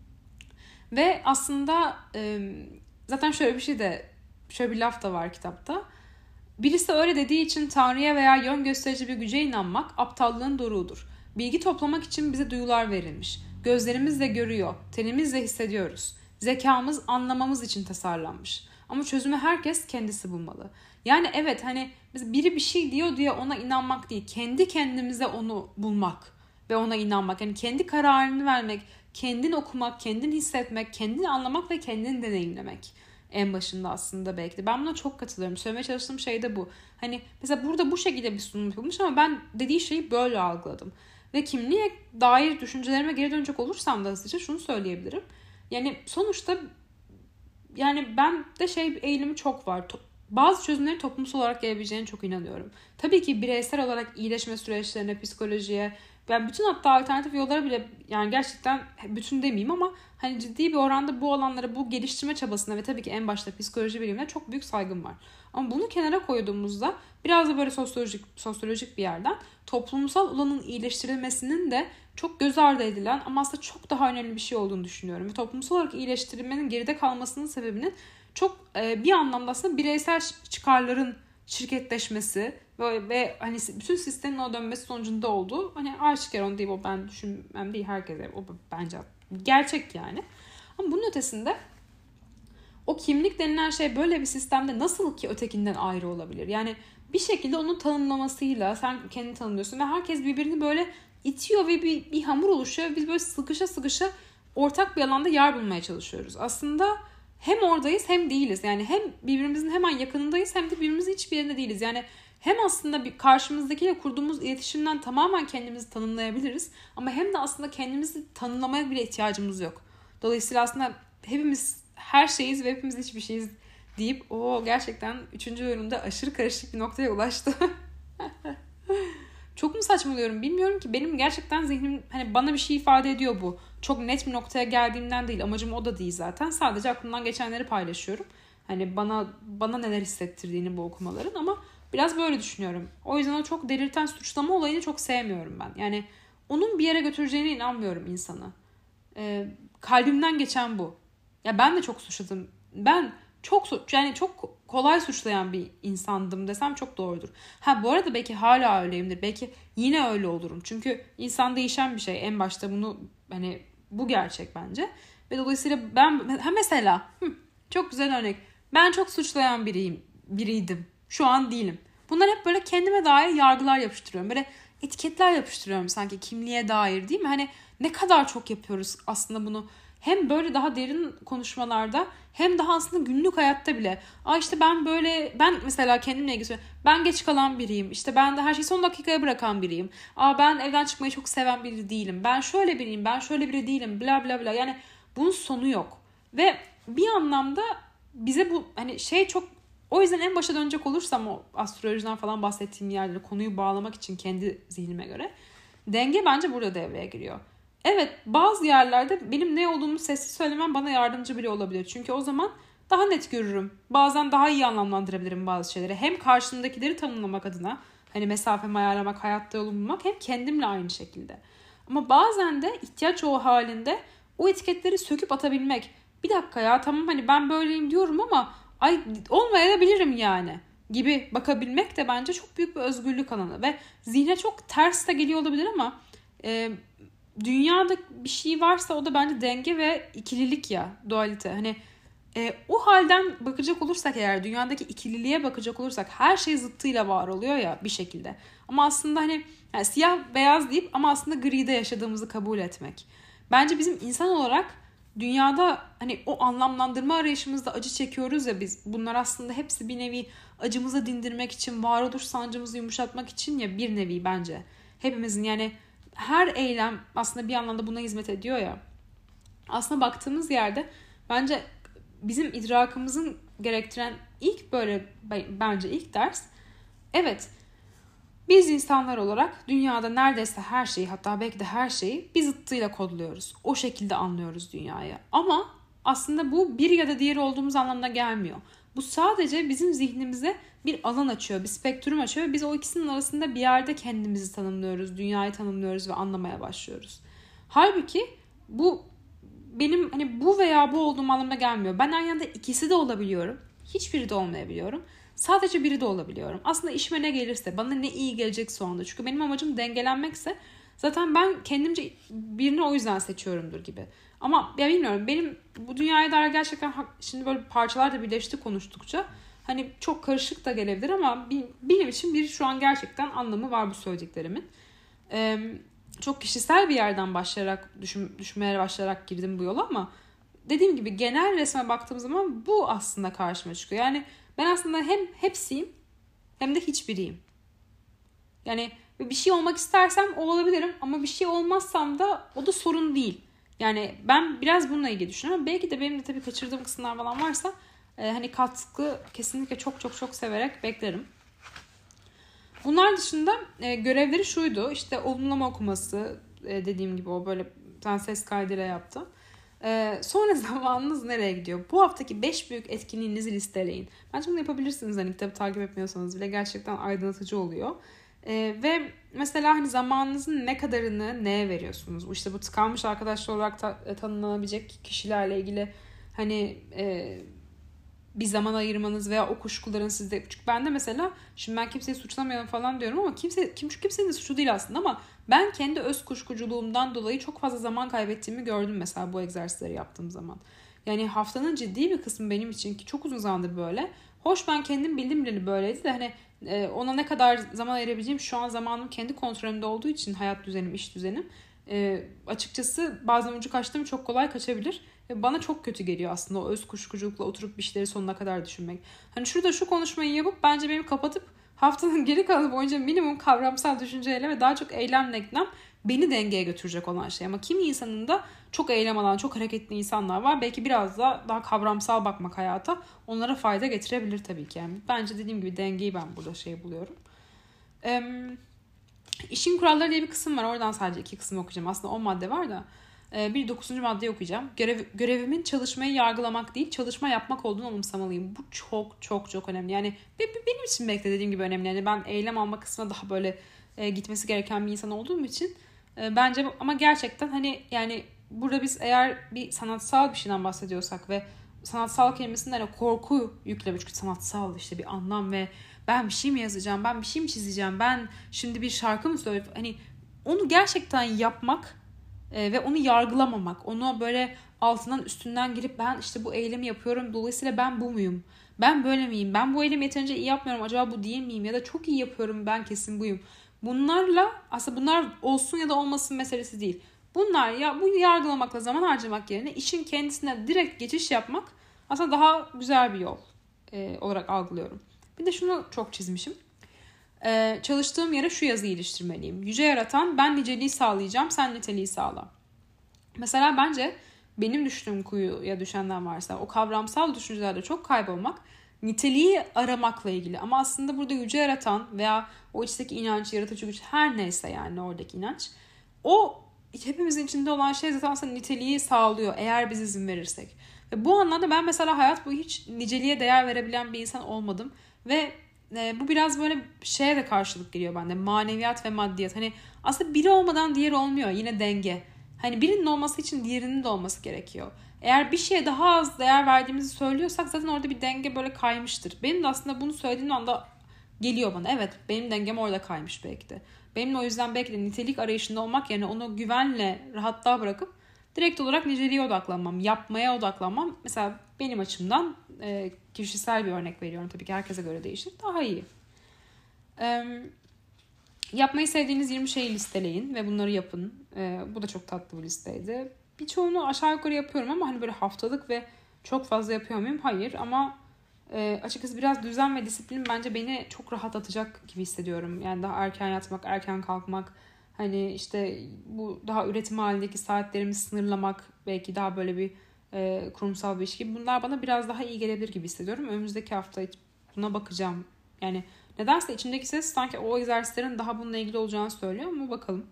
Ve aslında e, zaten şöyle bir şey de, şöyle bir laf da var kitapta. Birisi öyle dediği için Tanrı'ya veya yön gösterici bir güce inanmak aptallığın doruğudur. Bilgi toplamak için bize duyular verilmiş. Gözlerimizle görüyor, tenimizle hissediyoruz. Zekamız anlamamız için tasarlanmış. Ama çözümü herkes kendisi bulmalı. Yani evet hani biz biri bir şey diyor diye ona inanmak değil. Kendi kendimize onu bulmak ve ona inanmak. Yani kendi kararını vermek, kendin okumak, kendin hissetmek, kendin anlamak ve kendin deneyimlemek. En başında aslında belki de. Ben buna çok katılıyorum. Söylemeye çalıştığım şey de bu. Hani mesela burada bu şekilde bir sunum yapılmış ama ben dediği şeyi böyle algıladım. Ve kimliğe dair düşüncelerime geri dönecek olursam da hızlıca şunu söyleyebilirim. Yani sonuçta yani ben de şey eğilimi çok var. Bazı çözümlerin toplumsal olarak gelebileceğine çok inanıyorum. Tabii ki bireysel olarak iyileşme süreçlerine, psikolojiye, ben bütün hatta alternatif yollara bile yani gerçekten bütün demeyeyim ama hani ciddi bir oranda bu alanlara, bu geliştirme çabasına ve tabii ki en başta psikoloji bilimine çok büyük saygım var. Ama bunu kenara koyduğumuzda biraz da böyle sosyolojik sosyolojik bir yerden toplumsal olanın iyileştirilmesinin de çok göz ardı edilen ama aslında çok daha önemli bir şey olduğunu düşünüyorum. Ve toplumsal olarak iyileştirilmenin geride kalmasının sebebinin çok e, bir anlamda aslında bireysel çıkarların şirketleşmesi ve, ve hani bütün sistemin o dönmesi sonucunda olduğu hani aşikar onu değil o ben düşünmem değil herkese o bence gerçek yani. Ama bunun ötesinde o kimlik denilen şey böyle bir sistemde nasıl ki ötekinden ayrı olabilir? Yani bir şekilde onun tanımlamasıyla sen kendini tanımlıyorsun ve herkes birbirini böyle itiyor ve bir, bir hamur oluşuyor. Biz böyle sıkışa sıkışa ortak bir alanda yer bulmaya çalışıyoruz. Aslında hem oradayız hem değiliz. Yani hem birbirimizin hemen yakınındayız hem de birbirimizin hiçbir yerinde değiliz. Yani hem aslında bir karşımızdakiyle kurduğumuz iletişimden tamamen kendimizi tanımlayabiliriz. Ama hem de aslında kendimizi tanımlamaya bile ihtiyacımız yok. Dolayısıyla aslında hepimiz her şeyiz ve hepimiz hiçbir şeyiz deyip o gerçekten üçüncü bölümde aşırı karışık bir noktaya ulaştı. Çok mu saçmalıyorum bilmiyorum ki. Benim gerçekten zihnim hani bana bir şey ifade ediyor bu. Çok net bir noktaya geldiğimden değil. Amacım o da değil zaten. Sadece aklımdan geçenleri paylaşıyorum. Hani bana bana neler hissettirdiğini bu okumaların ama biraz böyle düşünüyorum. O yüzden o çok delirten suçlama olayını çok sevmiyorum ben. Yani onun bir yere götüreceğine inanmıyorum insanı. Ee, kalbimden geçen bu. Ya ben de çok suçladım. Ben çok suç yani çok kolay suçlayan bir insandım desem çok doğrudur. Ha bu arada belki hala öyleyimdir. Belki yine öyle olurum. Çünkü insan değişen bir şey. En başta bunu hani bu gerçek bence. Ve dolayısıyla ben ha mesela hı, çok güzel örnek. Ben çok suçlayan biriyim, biriydim. Şu an değilim. Bunlar hep böyle kendime dair yargılar yapıştırıyorum. Böyle etiketler yapıştırıyorum sanki kimliğe dair değil mi? Hani ne kadar çok yapıyoruz aslında bunu. Hem böyle daha derin konuşmalarda hem daha aslında günlük hayatta bile. Aa işte ben böyle ben mesela kendimle ilgili söylüyorum. Ben geç kalan biriyim. İşte ben de her şeyi son dakikaya bırakan biriyim. Aa ben evden çıkmayı çok seven biri değilim. Ben şöyle biriyim. Ben şöyle biri değilim. Bla bla bla. Yani bunun sonu yok. Ve bir anlamda bize bu hani şey çok o yüzden en başa dönecek olursam o astrolojiden falan bahsettiğim yerlere konuyu bağlamak için kendi zihnime göre denge bence burada devreye giriyor. Evet bazı yerlerde benim ne olduğumu sessiz söylemem bana yardımcı bile olabilir. Çünkü o zaman daha net görürüm. Bazen daha iyi anlamlandırabilirim bazı şeyleri. Hem karşımdakileri tanımlamak adına hani mesafemi ayarlamak, hayatta yolu bulmak hem kendimle aynı şekilde. Ama bazen de ihtiyaç o halinde o etiketleri söküp atabilmek. Bir dakika ya tamam hani ben böyleyim diyorum ama ay olmayabilirim yani gibi bakabilmek de bence çok büyük bir özgürlük alanı. Ve zihne çok ters de geliyor olabilir ama e, dünyada bir şey varsa o da bence denge ve ikililik ya, dualite. Hani E, o halden bakacak olursak eğer, dünyadaki ikililiğe bakacak olursak her şey zıttıyla var oluyor ya bir şekilde. Ama aslında hani yani siyah beyaz deyip ama aslında gride yaşadığımızı kabul etmek. Bence bizim insan olarak dünyada hani o anlamlandırma arayışımızda acı çekiyoruz ya biz. Bunlar aslında hepsi bir nevi acımızı dindirmek için, varoluş sancımızı yumuşatmak için ya, bir nevi bence. Hepimizin yani her eylem aslında bir anlamda buna hizmet ediyor ya. Aslında baktığımız yerde bence bizim idrakımızın gerektiren ilk böyle bence ilk ders, evet biz insanlar olarak dünyada neredeyse her şeyi, hatta belki de her şeyi bir zıttıyla kodluyoruz. O şekilde anlıyoruz dünyayı. Ama aslında bu bir ya da diğeri olduğumuz anlamına gelmiyor. Bu sadece bizim zihnimize bir alan açıyor, bir spektrum açıyor. Biz o ikisinin arasında bir yerde kendimizi tanımlıyoruz, dünyayı tanımlıyoruz ve anlamaya başlıyoruz. Halbuki bu benim hani bu veya bu olduğum anlamına gelmiyor. Ben aynı anda ikisi de olabiliyorum. Hiçbiri de olmayabiliyorum. Sadece biri de olabiliyorum. Aslında işime ne gelirse, bana ne iyi gelecekse o anda. Çünkü benim amacım dengelenmekse zaten ben kendimce birini o yüzden seçiyorumdur gibi. Ama ya bilmiyorum, benim bu dünyaya dair gerçekten şimdi böyle parçalarla birleşti konuştukça hani çok karışık da gelebilir ama benim için bir şu an gerçekten anlamı var bu söylediklerimin. Ee, çok kişisel bir yerden başlayarak düşün, düşünmeye başlayarak girdim bu yola ama dediğim gibi genel resme baktığım zaman bu aslında karşıma çıkıyor. Yani ben aslında hem hepsiyim hem de hiçbiriyim. Yani bir şey olmak istersem o olabilirim ama bir şey olmazsam da o da sorun değil. Yani ben biraz bununla ilgili düşünüyorum. Belki de benim de tabii kaçırdığım kısımlar falan varsa e, hani katkı kesinlikle çok çok çok severek beklerim. Bunlar dışında e, görevleri şuydu. İşte olumlama okuması, e, dediğim gibi o böyle ben ses kaydıyla yaptım. Ee, sonra zamanınız nereye gidiyor? Bu haftaki beş büyük etkinliğinizi listeleyin. Bence bunu yapabilirsiniz. Hani kitabı takip etmiyorsanız bile gerçekten aydınlatıcı oluyor. Ee, ve mesela hani zamanınızın ne kadarını neye veriyorsunuz? İşte bu tıkanmış arkadaşlar olarak ta- tanımlanabilecek kişilerle ilgili hani e, bir zaman ayırmanız veya o kuşkuların sizde. Çünkü ben de mesela şimdi ben kimseyi suçlamayalım falan diyorum ama kimse kim kimsenin de suçu değil aslında ama ben kendi öz kuşkuculuğumdan dolayı çok fazla zaman kaybettiğimi gördüm mesela bu egzersizleri yaptığım zaman. Yani haftanın ciddi bir kısmı benim için ki çok uzun zamandır böyle. Hoş ben kendim bildim bileli böyleydi de hani ona ne kadar zaman ayırabileceğim şu an zamanım kendi kontrolümde olduğu için hayat düzenim, iş düzenim. E, açıkçası bazen ucu kaçtığım çok kolay kaçabilir. Ve bana çok kötü geliyor aslında o öz kuşkuculukla oturup bir şeyleri sonuna kadar düşünmek. Hani şurada şu konuşmayı yapıp bence benim kapatıp haftanın geri kalanı boyunca minimum kavramsal düşünceyle ve daha çok eylemle eklem beni dengeye götürecek olan şey. Ama kimi insanın da çok eylem alan, çok hareketli insanlar var. Belki biraz da daha kavramsal bakmak hayata onlara fayda getirebilir tabii ki. Yani bence dediğim gibi dengeyi ben burada şey buluyorum. Ee, işin kuralları diye bir kısım var. Oradan sadece iki kısım okuyacağım. Aslında on madde var da. Bir dokuzuncu maddeyi okuyacağım. Görev, görevimin çalışmayı yargılamak değil, çalışma yapmak olduğunu anımsamalıyım. Bu çok çok çok önemli. Yani benim için belki de dediğim gibi önemli. Yani ben eylem alma kısmına daha böyle e, gitmesi gereken bir insan olduğum için e, bence ama gerçekten hani yani burada biz eğer bir sanatsal bir şeyden bahsediyorsak ve sanatsal kelimesinden hani korku yüklemiş, çünkü sanatsal işte bir anlam ve ben bir şey mi yazacağım, ben bir şey mi çizeceğim, ben şimdi bir şarkı mı söyleyeyim, hani onu gerçekten yapmak e, ve onu yargılamamak, onu böyle altından üstünden girip ben işte bu eylemi yapıyorum, dolayısıyla ben bu muyum, ben böyle miyim, ben bu eylemi yeterince iyi yapmıyorum, acaba bu değil miyim, ya da çok iyi yapıyorum, ben kesin buyum. Bunlarla aslında bunlar olsun ya da olmasın meselesi değil. Bunlar ya bu yargılamakla zaman harcamak yerine işin kendisine direkt geçiş yapmak aslında daha güzel bir yol e, olarak algılıyorum. Bir de şunu çok çizmişim. Ee, çalıştığım yere şu yazıyı iliştirmeliyim. Yüce Yaratan, ben niceliği sağlayacağım, sen niteliği sağla. Mesela bence benim düştüğüm kuyuya düşenden varsa o kavramsal düşüncelerde çok kaybolmak, niteliği aramakla ilgili. Ama aslında burada Yüce Yaratan veya o içteki inanç, yaratıcı güç, her neyse yani oradaki inanç, o hepimizin içinde olan şey zaten aslında niteliği sağlıyor eğer biz izin verirsek. Ve bu anlamda ben mesela hayat boyu hiç niceliğe değer verebilen bir insan olmadım. Ve e, bu biraz böyle şeye de karşılık geliyor bende. Maneviyat ve maddiyat. Hani aslında biri olmadan diğeri olmuyor. Yine denge. Hani birinin olması için diğerinin de olması gerekiyor. Eğer bir şeye daha az değer verdiğimizi söylüyorsak zaten orada bir denge böyle kaymıştır. Benim de aslında bunu söylediğim anda geliyor bana. Evet, benim dengem orada kaymış belki de. Benim de o yüzden belki de nitelik arayışında olmak yerine onu güvenle rahatlığa bırakıp Direkt olarak niceliğe odaklanmam, yapmaya odaklanmam. Mesela benim açımdan e, kişisel bir örnek veriyorum. Tabii ki herkese göre değişir. Daha iyi. E, yapmayı sevdiğiniz yirmi şeyi listeleyin ve bunları yapın. E, bu da çok tatlı bir listeydi. Birçoğunu aşağı yukarı yapıyorum ama hani böyle haftalık ve çok fazla yapıyor muyum? Hayır ama e, açıkçası biraz düzen ve disiplin bence beni çok rahatlatacak gibi hissediyorum. Yani daha erken yatmak, erken kalkmak, hani işte bu daha üretim halindeki saatlerimi sınırlamak, belki daha böyle bir e, kurumsal bir iş gibi, bunlar bana biraz daha iyi gelebilir gibi hissediyorum. Önümüzdeki hafta buna bakacağım. Yani nedense içimdeki ses sanki o egzersizlerin daha bununla ilgili olacağını söylüyor ama bakalım.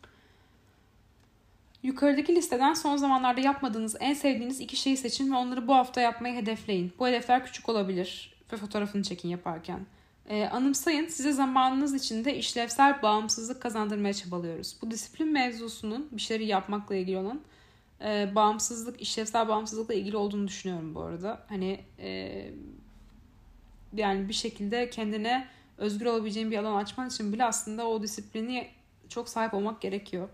Yukarıdaki listeden son zamanlarda yapmadığınız en sevdiğiniz iki şeyi seçin ve onları bu hafta yapmayı hedefleyin. Bu hedefler küçük olabilir ve fotoğrafını çekin yaparken. Ee, anımsayın, size zamanınız içinde işlevsel bağımsızlık kazandırmaya çabalıyoruz. Bu disiplin mevzusunun bir şeyleri yapmakla ilgili olan e, bağımsızlık, işlevsel bağımsızlıkla ilgili olduğunu düşünüyorum bu arada. Hani e, yani bir şekilde kendine özgür olabileceğin bir alan açman için bile aslında o disiplini çok sahip olmak gerekiyor.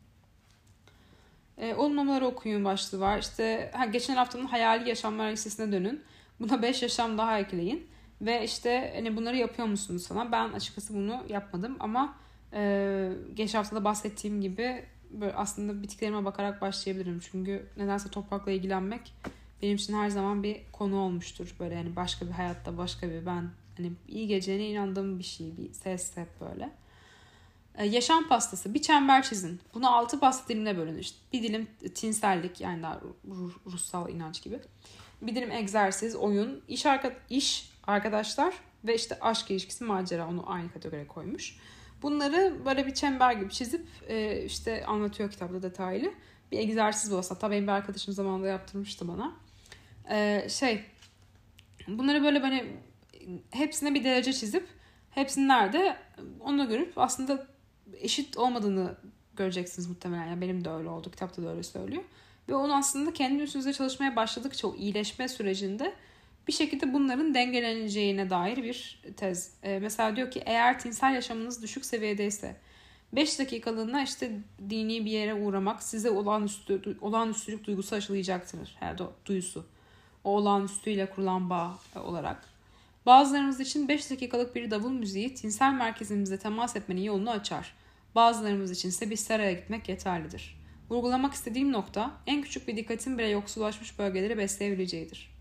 E, olumlamaları okuyun başlığı var. İşte ha, geçen haftanın hayali yaşamlar listesine dönün. Buna beş yaşam daha ekleyin. Ve işte hani bunları yapıyor musunuz sana? Ben açıkçası bunu yapmadım ama e, geçen haftada bahsettiğim gibi böyle aslında bitkilerime bakarak başlayabilirim. Çünkü nedense toprakla ilgilenmek benim için her zaman bir konu olmuştur. Böyle yani başka bir hayatta, başka bir ben. Hani iyi geleceğine inandığım bir şey, bir ses hep böyle. Yaşam pastası. Bir çember çizin. Bunu altı pasta dilimine bölün. İşte bir dilim tinsellik, yani daha ruhsal inanç gibi. Bir dilim egzersiz, oyun, iş, arka, iş arkadaşlar ve işte aşk ilişkisi, macera, onu aynı kategoriye koymuş. Bunları böyle bir çember gibi çizip işte anlatıyor kitapta detaylı. Bir egzersiz bu aslında. Tabii benim bir arkadaşım zamanında yaptırmıştı bana. Şey, bunları böyle böyle hepsine bir derece çizip hepsini nerede onu görüp aslında eşit olmadığını göreceksiniz muhtemelen. Yani benim de öyle oldu. Kitapta da öyle söylüyor. Ve onu aslında kendi üstünüze çalışmaya başladıkça o iyileşme sürecinde bir şekilde bunların dengeleneceğine dair bir tez. Ee, mesela diyor ki eğer tinsel yaşamınız düşük seviyedeyse beş dakikalığına işte dini bir yere uğramak size olağanüstü, olağanüstülük duygusu aşılayacaktır. Yani duyusu. O olağanüstüyle kurulan bağ olarak. Bazılarımız için beş dakikalık bir davul müziği tinsel merkezimizle temas etmenin yolunu açar. Bazılarımız için ise bir seraya gitmek yeterlidir. Vurgulamak istediğim nokta en küçük bir dikkatin bile yoksullaşmış bölgeleri besleyebileceğidir.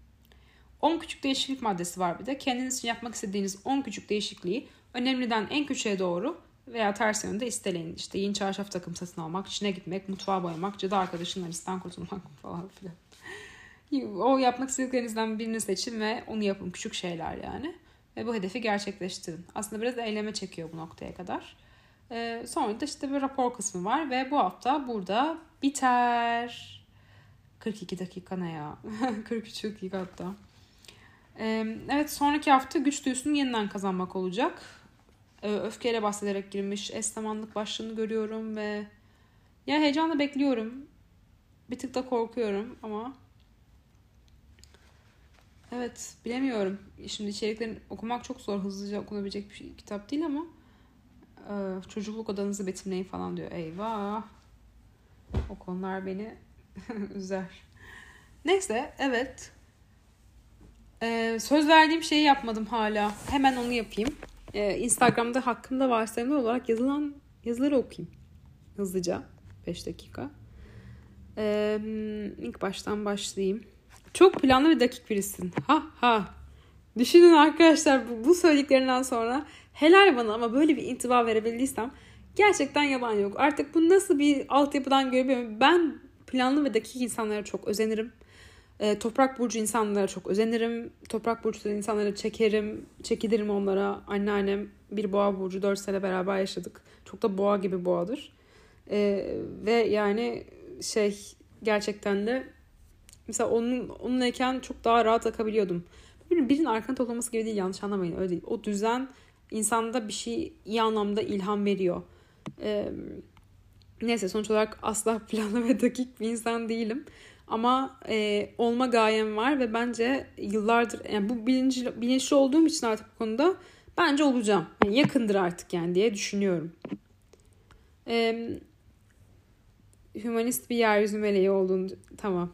on küçük değişiklik maddesi var bir de. Kendiniz için yapmak istediğiniz on küçük değişikliği önemliden en küçüğe doğru veya ters yönde isteleyin. İşte yeni çarşaf takım satın almak, içine gitmek, mutfağa boyamak, cadı arkadaşından isten kurtulmak falan filan. O yapmak istediklerinizden birini seçin ve onu yapın. Küçük şeyler yani. Ve bu hedefi gerçekleştirin. Aslında biraz eyleme çekiyor bu noktaya kadar. Ee, sonra da işte bir rapor kısmı var ve bu hafta burada biter. kırk iki dakika ne ya? kırk üç dakika hatta. Ee, evet, sonraki hafta güç duyusunu yeniden kazanmak olacak. Ee, öfkeyle bahsederek girmiş eş zamanlık başlığını görüyorum ve ya heyecanla bekliyorum. Bir tık da korkuyorum ama evet, bilemiyorum. Şimdi içeriklerini okumak çok zor. Hızlıca okunabilecek bir şey, kitap değil ama e, çocukluk odanızı betimleyin falan diyor. Eyvah. O konular beni üzer. Neyse, evet. E, söz verdiğim şeyi yapmadım hala. Hemen onu yapayım. E, Instagram'da hakkında varsayımlar olarak yazılan yazıları okuyayım. Hızlıca. beş dakika. E, ilk baştan başlayayım. Çok planlı ve dakik birisin. Ha ha. Düşünün arkadaşlar, bu, bu söylediklerinden sonra helal bana ama böyle bir intiba verebildiysem gerçekten yalan yok. Artık bu nasıl bir altyapıdan görebiliyorum. Ben planlı ve dakik insanlara çok özenirim. E, toprak burcu insanlara çok özenirim. Toprak burcu insanlara çekerim. Çekilirim onlara. Anneannem bir boğa burcu, dört sene beraber yaşadık. Çok da boğa gibi boğadır. E, ve yani şey, gerçekten de mesela onun, onunlayken çok daha rahat akabiliyordum. Birinin arkana toplaması gibi değil, yanlış anlamayın, öyle değil. O düzen insanda bir şey iyi anlamda ilham veriyor. Ee, neyse, sonuç olarak asla planlı ve dakik bir insan değilim. Ama e, olma gayem var ve bence yıllardır, yani bu bilinçli, bilinçli olduğum için artık bu konuda bence olacağım. Yani yakındır artık yani diye düşünüyorum. Ee, hümanist bir yeryüzü meleği olduğunu... Tamam.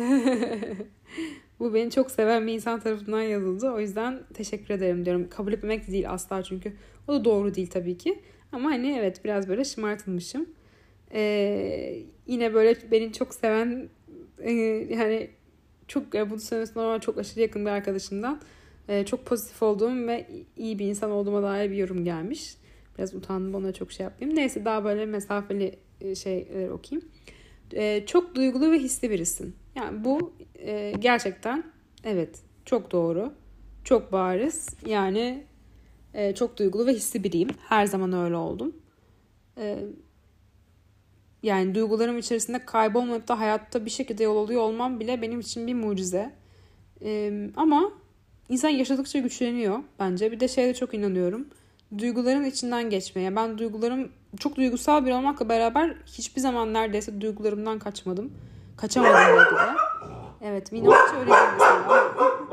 Bu beni çok seven bir insan tarafından yazıldı. O yüzden teşekkür ederim diyorum. Kabul etmek değil asla çünkü. O da doğru değil tabii ki. Ama hani evet biraz böyle şımartılmışım. Ee, yine böyle beni çok seven e, yani çok yani bunu söylemesine ama çok aşırı yakın bir arkadaşımdan e, çok pozitif olduğum ve iyi bir insan olduğuma dair bir yorum gelmiş. Biraz utandım, ona çok şey yapmayayım. Neyse daha böyle mesafeli şeyler okuyayım. E, çok duygulu ve hisli birisin. Yani bu e, gerçekten evet çok doğru. Çok bariz. Yani e, çok duygulu ve hisli biriyim. Her zaman öyle oldum. E, yani duygularım içerisinde kaybolmayıp da hayatta bir şekilde yol alıyor olmam bile benim için bir mucize. E, ama insan yaşadıkça güçleniyor bence. Bir de şeye de çok inanıyorum. Duyguların içinden geçmeye. Ben duygularım çok duygusal bir olmakla beraber hiçbir zaman neredeyse duygularımdan kaçmadım. Kaçamadım belki de. Evet, Mino hiç öyle değil mesela.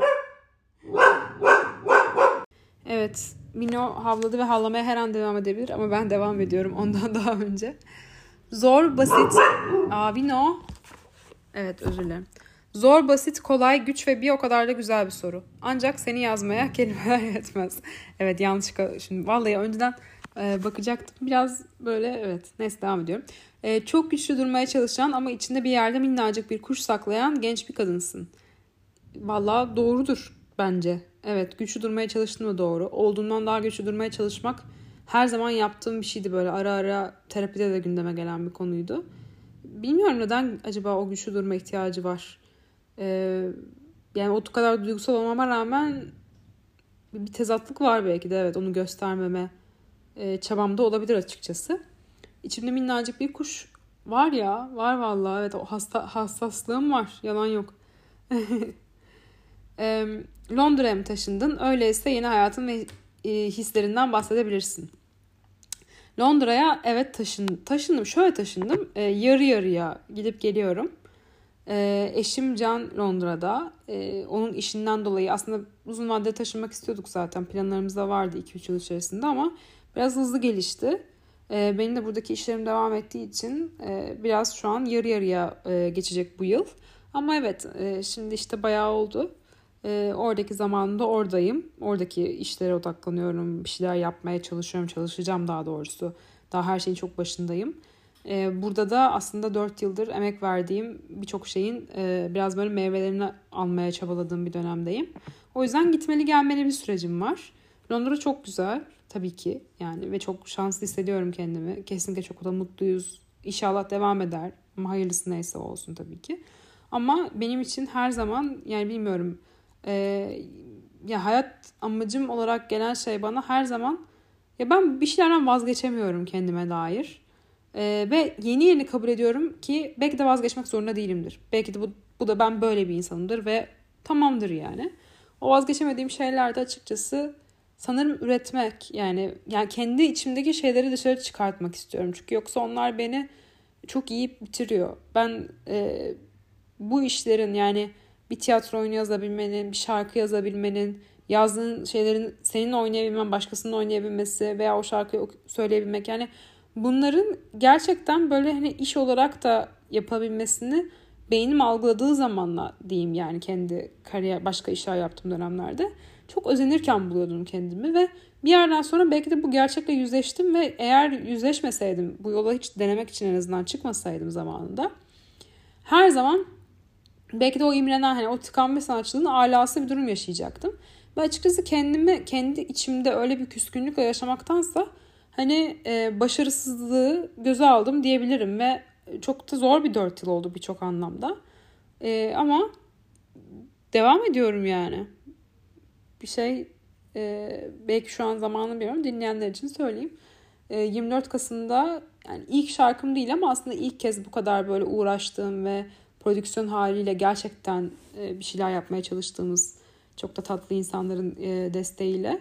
Evet, Mino havladı ve havlamaya her an devam edebilir ama ben devam ediyorum ondan daha önce. Zor, basit. Aa, Mino. Evet, özür dilerim. Zor, basit, kolay, güç ve bir o kadar da güzel bir soru. Ancak seni yazmaya kelimeler yetmez. Evet, yanlışlıkla şimdi vallahi önceden e, bakacaktım. Biraz böyle evet. Neyse devam ediyorum. E, çok güçlü durmaya çalışan ama içinde bir yerde minnacık bir kuş saklayan genç bir kadınsın. Vallahi doğrudur bence. Evet, güçlü durmaya çalıştım da doğru. Olduğundan daha güçlü durmaya çalışmak her zaman yaptığım bir şeydi böyle. Ara ara terapide de gündeme gelen bir konuydu. Bilmiyorum neden acaba o güçlü durma ihtiyacı var. Ee, yani o kadar duygusal olmama rağmen bir tezatlık var belki de, evet, onu göstermeme e, çabamda olabilir açıkçası. İçimde minnacık bir kuş var ya, var vallahi, evet, o hasta, hassaslığım var, yalan yok. e, Londra'ya mı taşındın? Öyleyse yeni hayatın ve e, hislerinden bahsedebilirsin. Londra'ya evet taşın, taşındım. Şöyle taşındım. E, yarı yarıya gidip geliyorum. E, eşim Can Londra'da. E, onun işinden dolayı aslında uzun vadede taşınmak istiyorduk zaten. Planlarımızda vardı iki üç yıl içerisinde ama biraz hızlı gelişti. E, benim de buradaki işlerim devam ettiği için e, biraz şu an yarı yarıya e, geçecek bu yıl. Ama evet e, şimdi işte bayağı oldu. E, oradaki zamanında oradayım. Oradaki işlere odaklanıyorum. Bir şeyler yapmaya çalışıyorum. Çalışacağım daha doğrusu. Daha her şeyin çok başındayım. E, burada da aslında dört yıldır emek verdiğim birçok şeyin e, biraz böyle meyvelerini almaya çabaladığım bir dönemdeyim. O yüzden gitmeli gelmeli bir sürecim var. Londra çok güzel tabii ki yani ve çok şanslı hissediyorum kendimi. Kesinlikle çok da mutluyuz. İnşallah devam eder. Ama hayırlısı neyse olsun tabii ki. Ama benim için her zaman yani bilmiyorum... Ee, ya hayat amacım olarak gelen şey bana her zaman ya ben bir şeylerden vazgeçemiyorum kendime dair ee, ve yeni yeni kabul ediyorum ki belki de vazgeçmek zorunda değilimdir. Belki de bu, bu da ben böyle bir insanımdır ve tamamdır yani. O vazgeçemediğim şeyler de açıkçası sanırım üretmek yani yani kendi içimdeki şeyleri dışarı çıkartmak istiyorum. Çünkü yoksa onlar beni çok yiyip bitiriyor. Ben e, bu işlerin yani bir tiyatro oyunu yazabilmenin, bir şarkı yazabilmenin, yazdığın şeylerin senin oynayabilmen, başkasının oynayabilmesi veya o şarkıyı söyleyebilmek. Yani bunların gerçekten böyle hani iş olarak da yapabilmesini beynim algıladığı zamanla diyeyim yani kendi kariyer, başka işler yaptığım dönemlerde çok özenirken buluyordum kendimi ve bir yerden sonra belki de bu gerçekle yüzleştim ve eğer yüzleşmeseydim, bu yola hiç denemek için en azından çıkmasaydım zamanında her zaman belki de o imrenen hani o tıkanmış sanatçılığın alası bir durum yaşayacaktım. Ve açıkçası kendimi kendi içimde öyle bir küskünlükle yaşamaktansa hani e, başarısızlığı göze aldım diyebilirim ve çok da zor bir dört yıl oldu birçok anlamda. E, ama devam ediyorum yani. Bir şey e, belki şu an zamanını bilmiyorum, dinleyenler için söyleyeyim. E, yirmi dört Kasım'da yani ilk şarkım değil ama aslında ilk kez bu kadar böyle uğraştığım ve prodüksiyon haliyle gerçekten bir şeyler yapmaya çalıştığımız çok da tatlı insanların desteğiyle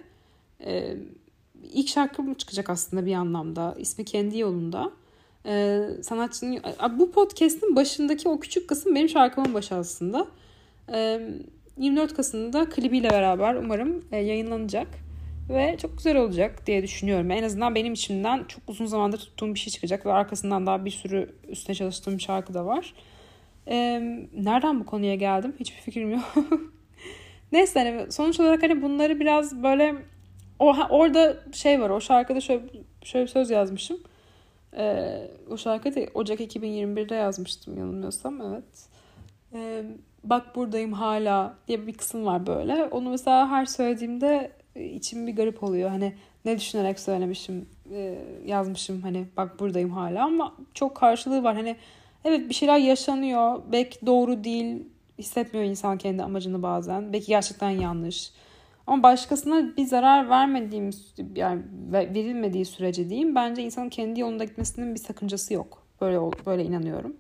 ilk şarkım çıkacak aslında bir anlamda. İsmi Kendi Yolunda. Sanatçının bu podcast'in başındaki o küçük kısım benim şarkımın başı aslında. yirmi dört Kasım'da klibiyle beraber umarım yayınlanacak. Ve çok güzel olacak diye düşünüyorum. En azından benim içimden çok uzun zamandır tuttuğum bir şey çıkacak. Ve arkasından daha bir sürü üstüne çalıştığım şarkı da var. Ee, nereden bu konuya geldim? Hiçbir fikrim yok. Neyse hani sonuç olarak hani bunları biraz böyle o, orada şey var, o şarkıda şöyle, şöyle bir söz yazmışım. Ee, o şarkıyı da Ocak iki bin yirmi birde yazmıştım yanılmıyorsam, evet. Ee, bak buradayım hala diye bir kısım var böyle. Onu mesela her söylediğimde içim bir garip oluyor. Hani ne düşünerek söylemişim, e, yazmışım hani bak buradayım hala, ama çok karşılığı var. Hani evet, bir şeyler yaşanıyor. Belki doğru değil, hissetmiyor insan kendi amacını bazen. Belki gerçekten yanlış. Ama başkasına bir zarar vermediğim, yani verilmediği sürece diyeyim, bence insanın kendi yolunda gitmesinin bir sakıncası yok. Böyle böyle inanıyorum.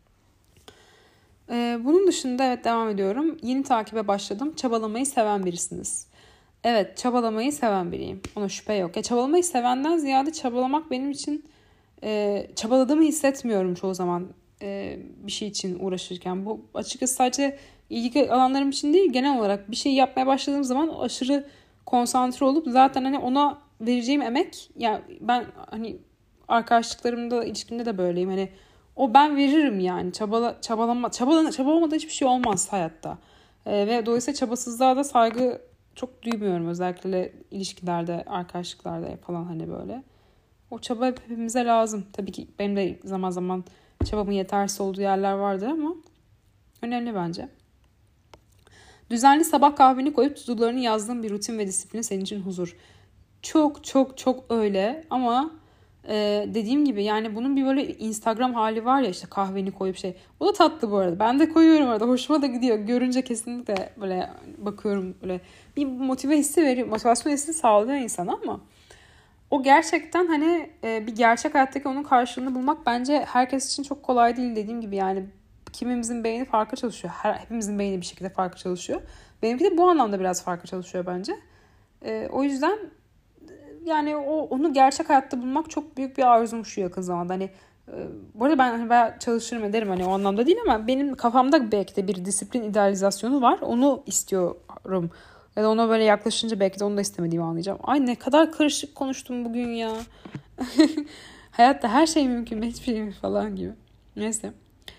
Ee, bunun dışında evet, devam ediyorum. Yeni takibe başladım. Çabalamayı seven birisiniz. Evet, çabalamayı seven biriyim. Ona şüphe yok. Ya çabalamayı sevenden ziyade çabalamak benim için e, çabaladığımı hissetmiyorum çoğu zaman e, bir şey için uğraşırken. Bu açıkçası sadece ilgi alanlarım için değil, genel olarak bir şey yapmaya başladığım zaman aşırı konsantre olup zaten hani ona vereceğim emek, yani ben hani arkadaşlıklarımda, ilişkimde de böyleyim. Hani o ben veririm yani. Çabala, çabalama, çabalama, çaba olmadan hiçbir şey olmaz hayatta. E, ve dolayısıyla çabasızlığa da saygı çok duymuyorum. Özellikle ilişkilerde, arkadaşlıklarda falan hani böyle. O çaba hepimize lazım. Tabii ki benim de zaman zaman çabamın yetersiz olduğu yerler vardır ama önemli bence. Düzenli sabah kahveni koyup tutularını yazdığın bir rutin ve disiplin senin için huzur. Çok çok çok öyle ama e, dediğim gibi yani bunun bir böyle Instagram hali var ya, işte kahveni koyup şey. O da tatlı bu arada. Ben de koyuyorum orada. Hoşuma da gidiyor. Görünce kesinlikle böyle bakıyorum, böyle bir motive hissi veriyor. Motivasyon hissi sağlıyor insana ama o gerçekten hani e, bir gerçek hayattaki onun karşılığını bulmak bence herkes için çok kolay değil, dediğim gibi yani. Kimimizin beyni farklı çalışıyor. Her, hepimizin beyni bir şekilde farklı çalışıyor. Benimki de bu anlamda biraz farklı çalışıyor bence. E, o yüzden yani o onu gerçek hayatta bulmak çok büyük bir arzum şu yakın zamanda. Hani e, bu arada ben hani bayağı çalışırım ederim hani o anlamda değil, ama benim kafamda belki de bir disiplin idealizasyonu var. Onu istiyorum. Ya da ona böyle yaklaşınca belki de onu da istemediğimi anlayacağım. Ay ne kadar karışık konuştum bugün ya. Hayatta her şey mümkün, hiçbir şey falan gibi. Neyse.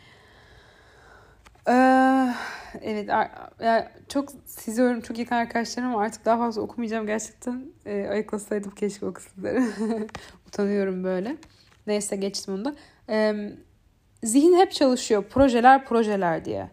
Ee, evet, ya çok seviyorum, çok yakın arkadaşlarım ama artık daha fazla okumayacağım gerçekten. Ee, ayıklasaydım keşke o kısımları. Utanıyorum böyle. Neyse, geçtim onu da. Ee, zihin hep çalışıyor. Projeler projeler diye.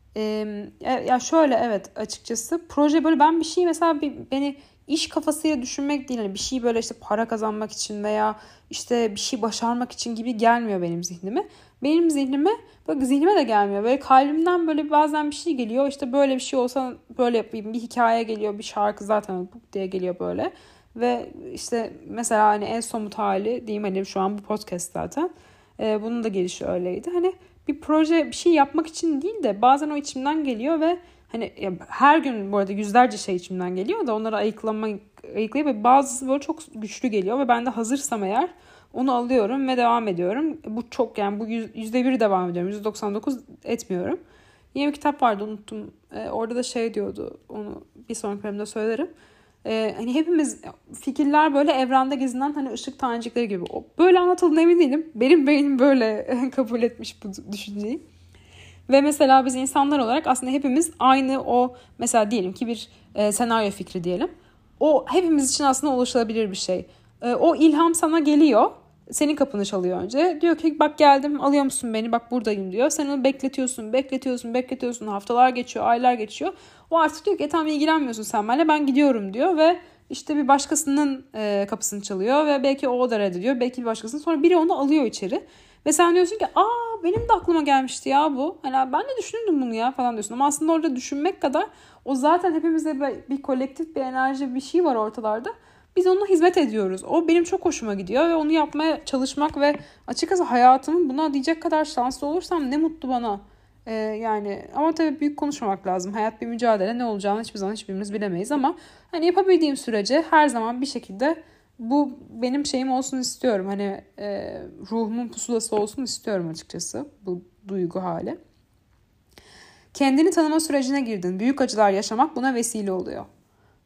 Ee, ya şöyle, evet, açıkçası proje böyle, ben bir şey mesela bir, beni iş kafasıyla düşünmek değil. Hani bir şey böyle işte para kazanmak için veya işte bir şey başarmak için gibi gelmiyor benim zihnime. Benim zihnime böyle zihnime de gelmiyor. Böyle kalbimden böyle bazen bir şey geliyor. İşte böyle bir şey olsa böyle yapayım. Bir hikaye geliyor, bir şarkı zaten diye geliyor böyle. Ve işte mesela hani en somut hali diyeyim, hani şu an bu podcast zaten. Ee, bunun da gelişi öyleydi. Hani bir proje, bir şey yapmak için değil de bazen o içimden geliyor ve hani her gün bu arada yüzlerce şey içimden geliyor da onları ayıklamak, ayıklayıp bazısı böyle çok güçlü geliyor ve ben de hazırsam eğer onu alıyorum ve devam ediyorum. Bu çok, yani bu yüzde bir devam ediyorum. yüzde doksan dokuz etmiyorum. Yeni bir kitap vardı, unuttum. Ee, orada da şey diyordu, onu bir sonraki bölümde söylerim. Ee, hani hepimiz fikirler böyle evrende gezinen hani ışık tanecikleri gibi. O, böyle anlatıldığına emin değilim. Benim beynim böyle kabul etmiş bu düşünceyi. Ve mesela biz insanlar olarak aslında hepimiz aynı o, mesela diyelim ki bir e, senaryo fikri diyelim. O hepimiz için aslında ulaşılabilir bir şey. E, o ilham sana geliyor. Senin kapını çalıyor önce. Diyor ki bak geldim, alıyor musun beni, bak buradayım diyor. Sen onu bekletiyorsun, bekletiyorsun, bekletiyorsun. Haftalar geçiyor, aylar geçiyor. O artık diyor ki e, tamam ilgilenmiyorsun sen benimle, ben gidiyorum diyor ve işte bir başkasının e, kapısını çalıyor ve belki o da reddediyor. Belki bir başkasının, sonra biri onu alıyor içeri. Ve sen diyorsun ki aa benim de aklıma gelmişti ya bu. Hani ben de düşünürdüm bunu ya falan diyorsun. Ama aslında orada düşünmek kadar o zaten hepimizde bir kolektif bir enerji, bir şey var ortalarda. Biz onunla hizmet ediyoruz. O benim çok hoşuma gidiyor ve onu yapmaya çalışmak ve açıkçası hayatımın buna diyecek kadar şanslı olursam ne mutlu bana. Ee, yani ama tabii büyük konuşmamak lazım. Hayat bir mücadele, ne olacağını hiçbir zaman hiçbirimiz bilemeyiz ama hani yapabildiğim sürece her zaman bir şekilde bu benim şeyim olsun istiyorum. Hani e, ruhumun pusulası olsun istiyorum açıkçası bu duygu hali. Kendini tanıma sürecine girdin. Büyük acılar yaşamak buna vesile oluyor.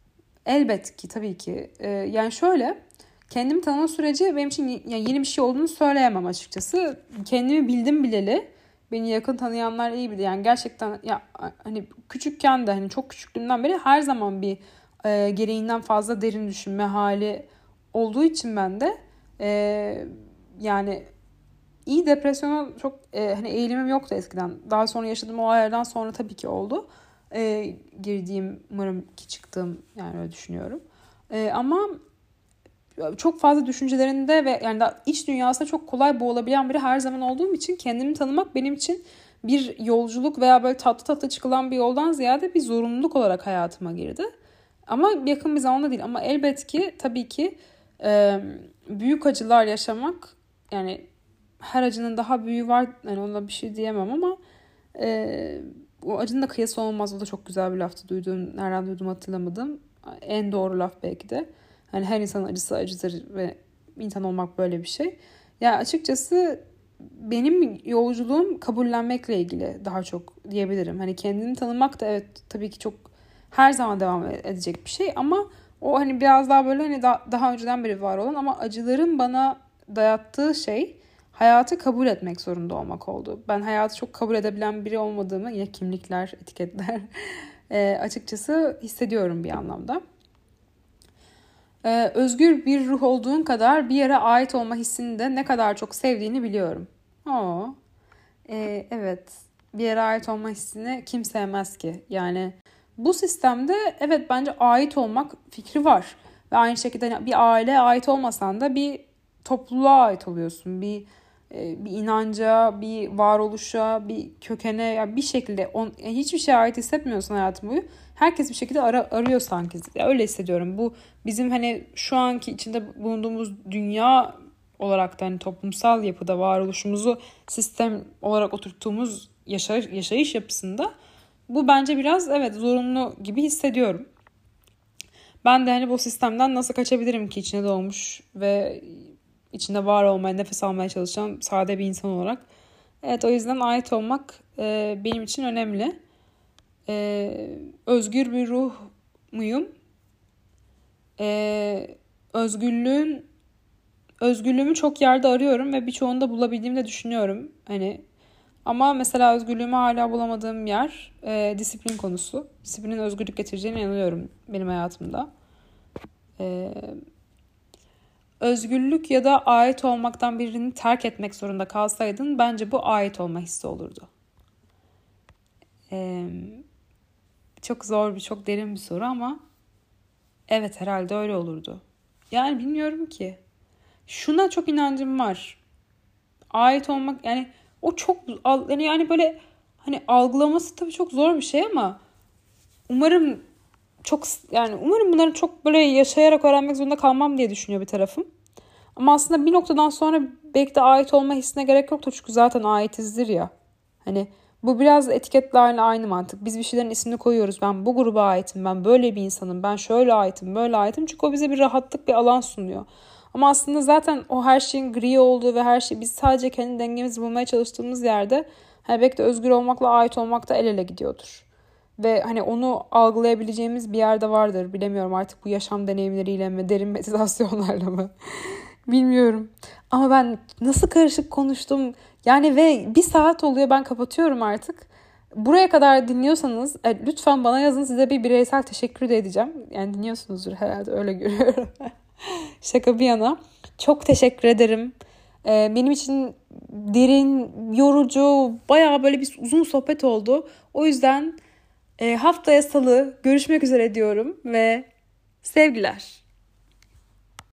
Elbet ki tabii ki. Ee, yani şöyle, kendimi tanıma süreci benim için yani yeni bir şey olduğunu söyleyemem açıkçası. Kendimi bildim bileli. Beni yakın tanıyanlar iyi bilir. Yani gerçekten ya hani küçükken de hani çok küçüklüğümden beri her zaman bir e, gereğinden fazla derin düşünme hali olduğu için ben de e, yani iyi depresyona çok e, hani eğilimim yoktu eskiden. Daha sonra yaşadığım olaylardan sonra tabii ki oldu. E, girdiğim, umarım ki çıktığım, yani öyle düşünüyorum. E, ama çok fazla düşüncelerinde ve yani da iç dünyasında çok kolay boğulabilen biri her zaman olduğum için kendimi tanımak benim için bir yolculuk veya böyle tatlı tatlı çıkılan bir yoldan ziyade bir zorunluluk olarak hayatıma girdi. Ama yakın bir zamanda değil. Ama elbet ki tabii ki e, büyük acılar yaşamak, yani her acının daha büyüğü var. Yani ona bir şey diyemem ama e, o acının da kıyası olmaz. O da çok güzel bir laftı. Duyduğum, nereden duydum hatırlamadım. En doğru laf belki de. Hani her insanın acısı acıdır ve insan olmak böyle bir şey. Yani açıkçası benim yolculuğum kabullenmekle ilgili daha çok diyebilirim. Hani kendini tanımak da evet tabii ki çok her zaman devam edecek bir şey ama o hani biraz daha böyle hani daha, daha önceden beri var olan ama acıların bana dayattığı şey hayatı kabul etmek zorunda olmak oldu. Ben hayatı çok kabul edebilen biri olmadığımı, yine kimlikler, etiketler e, açıkçası hissediyorum bir anlamda. Ee, özgür bir ruh olduğun kadar bir yere ait olma hissini de ne kadar çok sevdiğini biliyorum. Oo, ee, evet, bir yere ait olma hissini kim sevmez ki? Yani bu sistemde evet bence ait olmak fikri var. Ve aynı şekilde hani bir aileye ait olmasan da bir topluluğa ait oluyorsun. Bir e, bir inanca, bir varoluşa, bir kökene, yani bir şekilde on, yani hiçbir şeye ait hissetmiyorsun hayatın boyu. Herkes bir şekilde ara, arıyor sanki. Ya öyle hissediyorum. Bu bizim hani şu anki içinde bulunduğumuz dünya olarak da hani toplumsal yapıda varoluşumuzu sistem olarak oturttuğumuz yaşayış, yaşayış yapısında bu bence biraz evet zorunlu gibi hissediyorum. Ben de hani bu sistemden nasıl kaçabilirim ki, içine doğmuş ve içinde var olmaya, nefes almaya çalışan sade bir insan olarak. Evet, o yüzden ait olmak e, benim için önemli. E, özgür bir ruh muyum? E, özgürlüğün özgürlüğümü çok yerde arıyorum ve birçoğunda bulabildiğimi de düşünüyorum. Hani ama mesela özgürlüğümü hala bulamadığım yer e, disiplin konusu. Disiplinin özgürlük getireceğine inanıyorum benim hayatımda. E, özgürlük ya da ait olmaktan birini terk etmek zorunda kalsaydın bence bu ait olma hissi olurdu. E, çok zor bir, çok derin bir soru ama evet, herhalde öyle olurdu. Yani bilmiyorum ki. Şuna çok inancım var. Ait olmak, yani o çok yani yani böyle hani algılaması tabii çok zor bir şey ama umarım çok yani umarım bunları çok böyle yaşayarak öğrenmek zorunda kalmam diye düşünüyor bir tarafım. Ama aslında bir noktadan sonra belki de ait olma hissine gerek yoktur çünkü zaten aitizdir ya. Hani bu biraz etiketlerle aynı mantık. Biz bir şeylerin ismini koyuyoruz. Ben bu gruba aitim, ben böyle bir insanım, ben şöyle aitim, böyle aitim. Çünkü o bize bir rahatlık, bir alan sunuyor. Ama aslında zaten o her şeyin gri olduğu ve her şey biz sadece kendi dengemizi bulmaya çalıştığımız yerde hani belki de özgür olmakla ait olmak da el ele gidiyordur. Ve hani onu algılayabileceğimiz bir yerde vardır. Bilemiyorum artık, bu yaşam deneyimleriyle mi, derin meditasyonlarla mı? Bilmiyorum. Ama ben nasıl karışık konuştum. Yani ve bir saat oluyor, ben kapatıyorum artık. Buraya kadar dinliyorsanız e, lütfen bana yazın, size bir bireysel teşekkür de edeceğim. Yani dinliyorsunuzdur herhalde, öyle görüyorum. Şaka bir yana. Çok teşekkür ederim. Ee, benim için derin, yorucu, bayağı böyle bir uzun sohbet oldu. O yüzden e, haftaya salı görüşmek üzere diyorum ve sevgiler.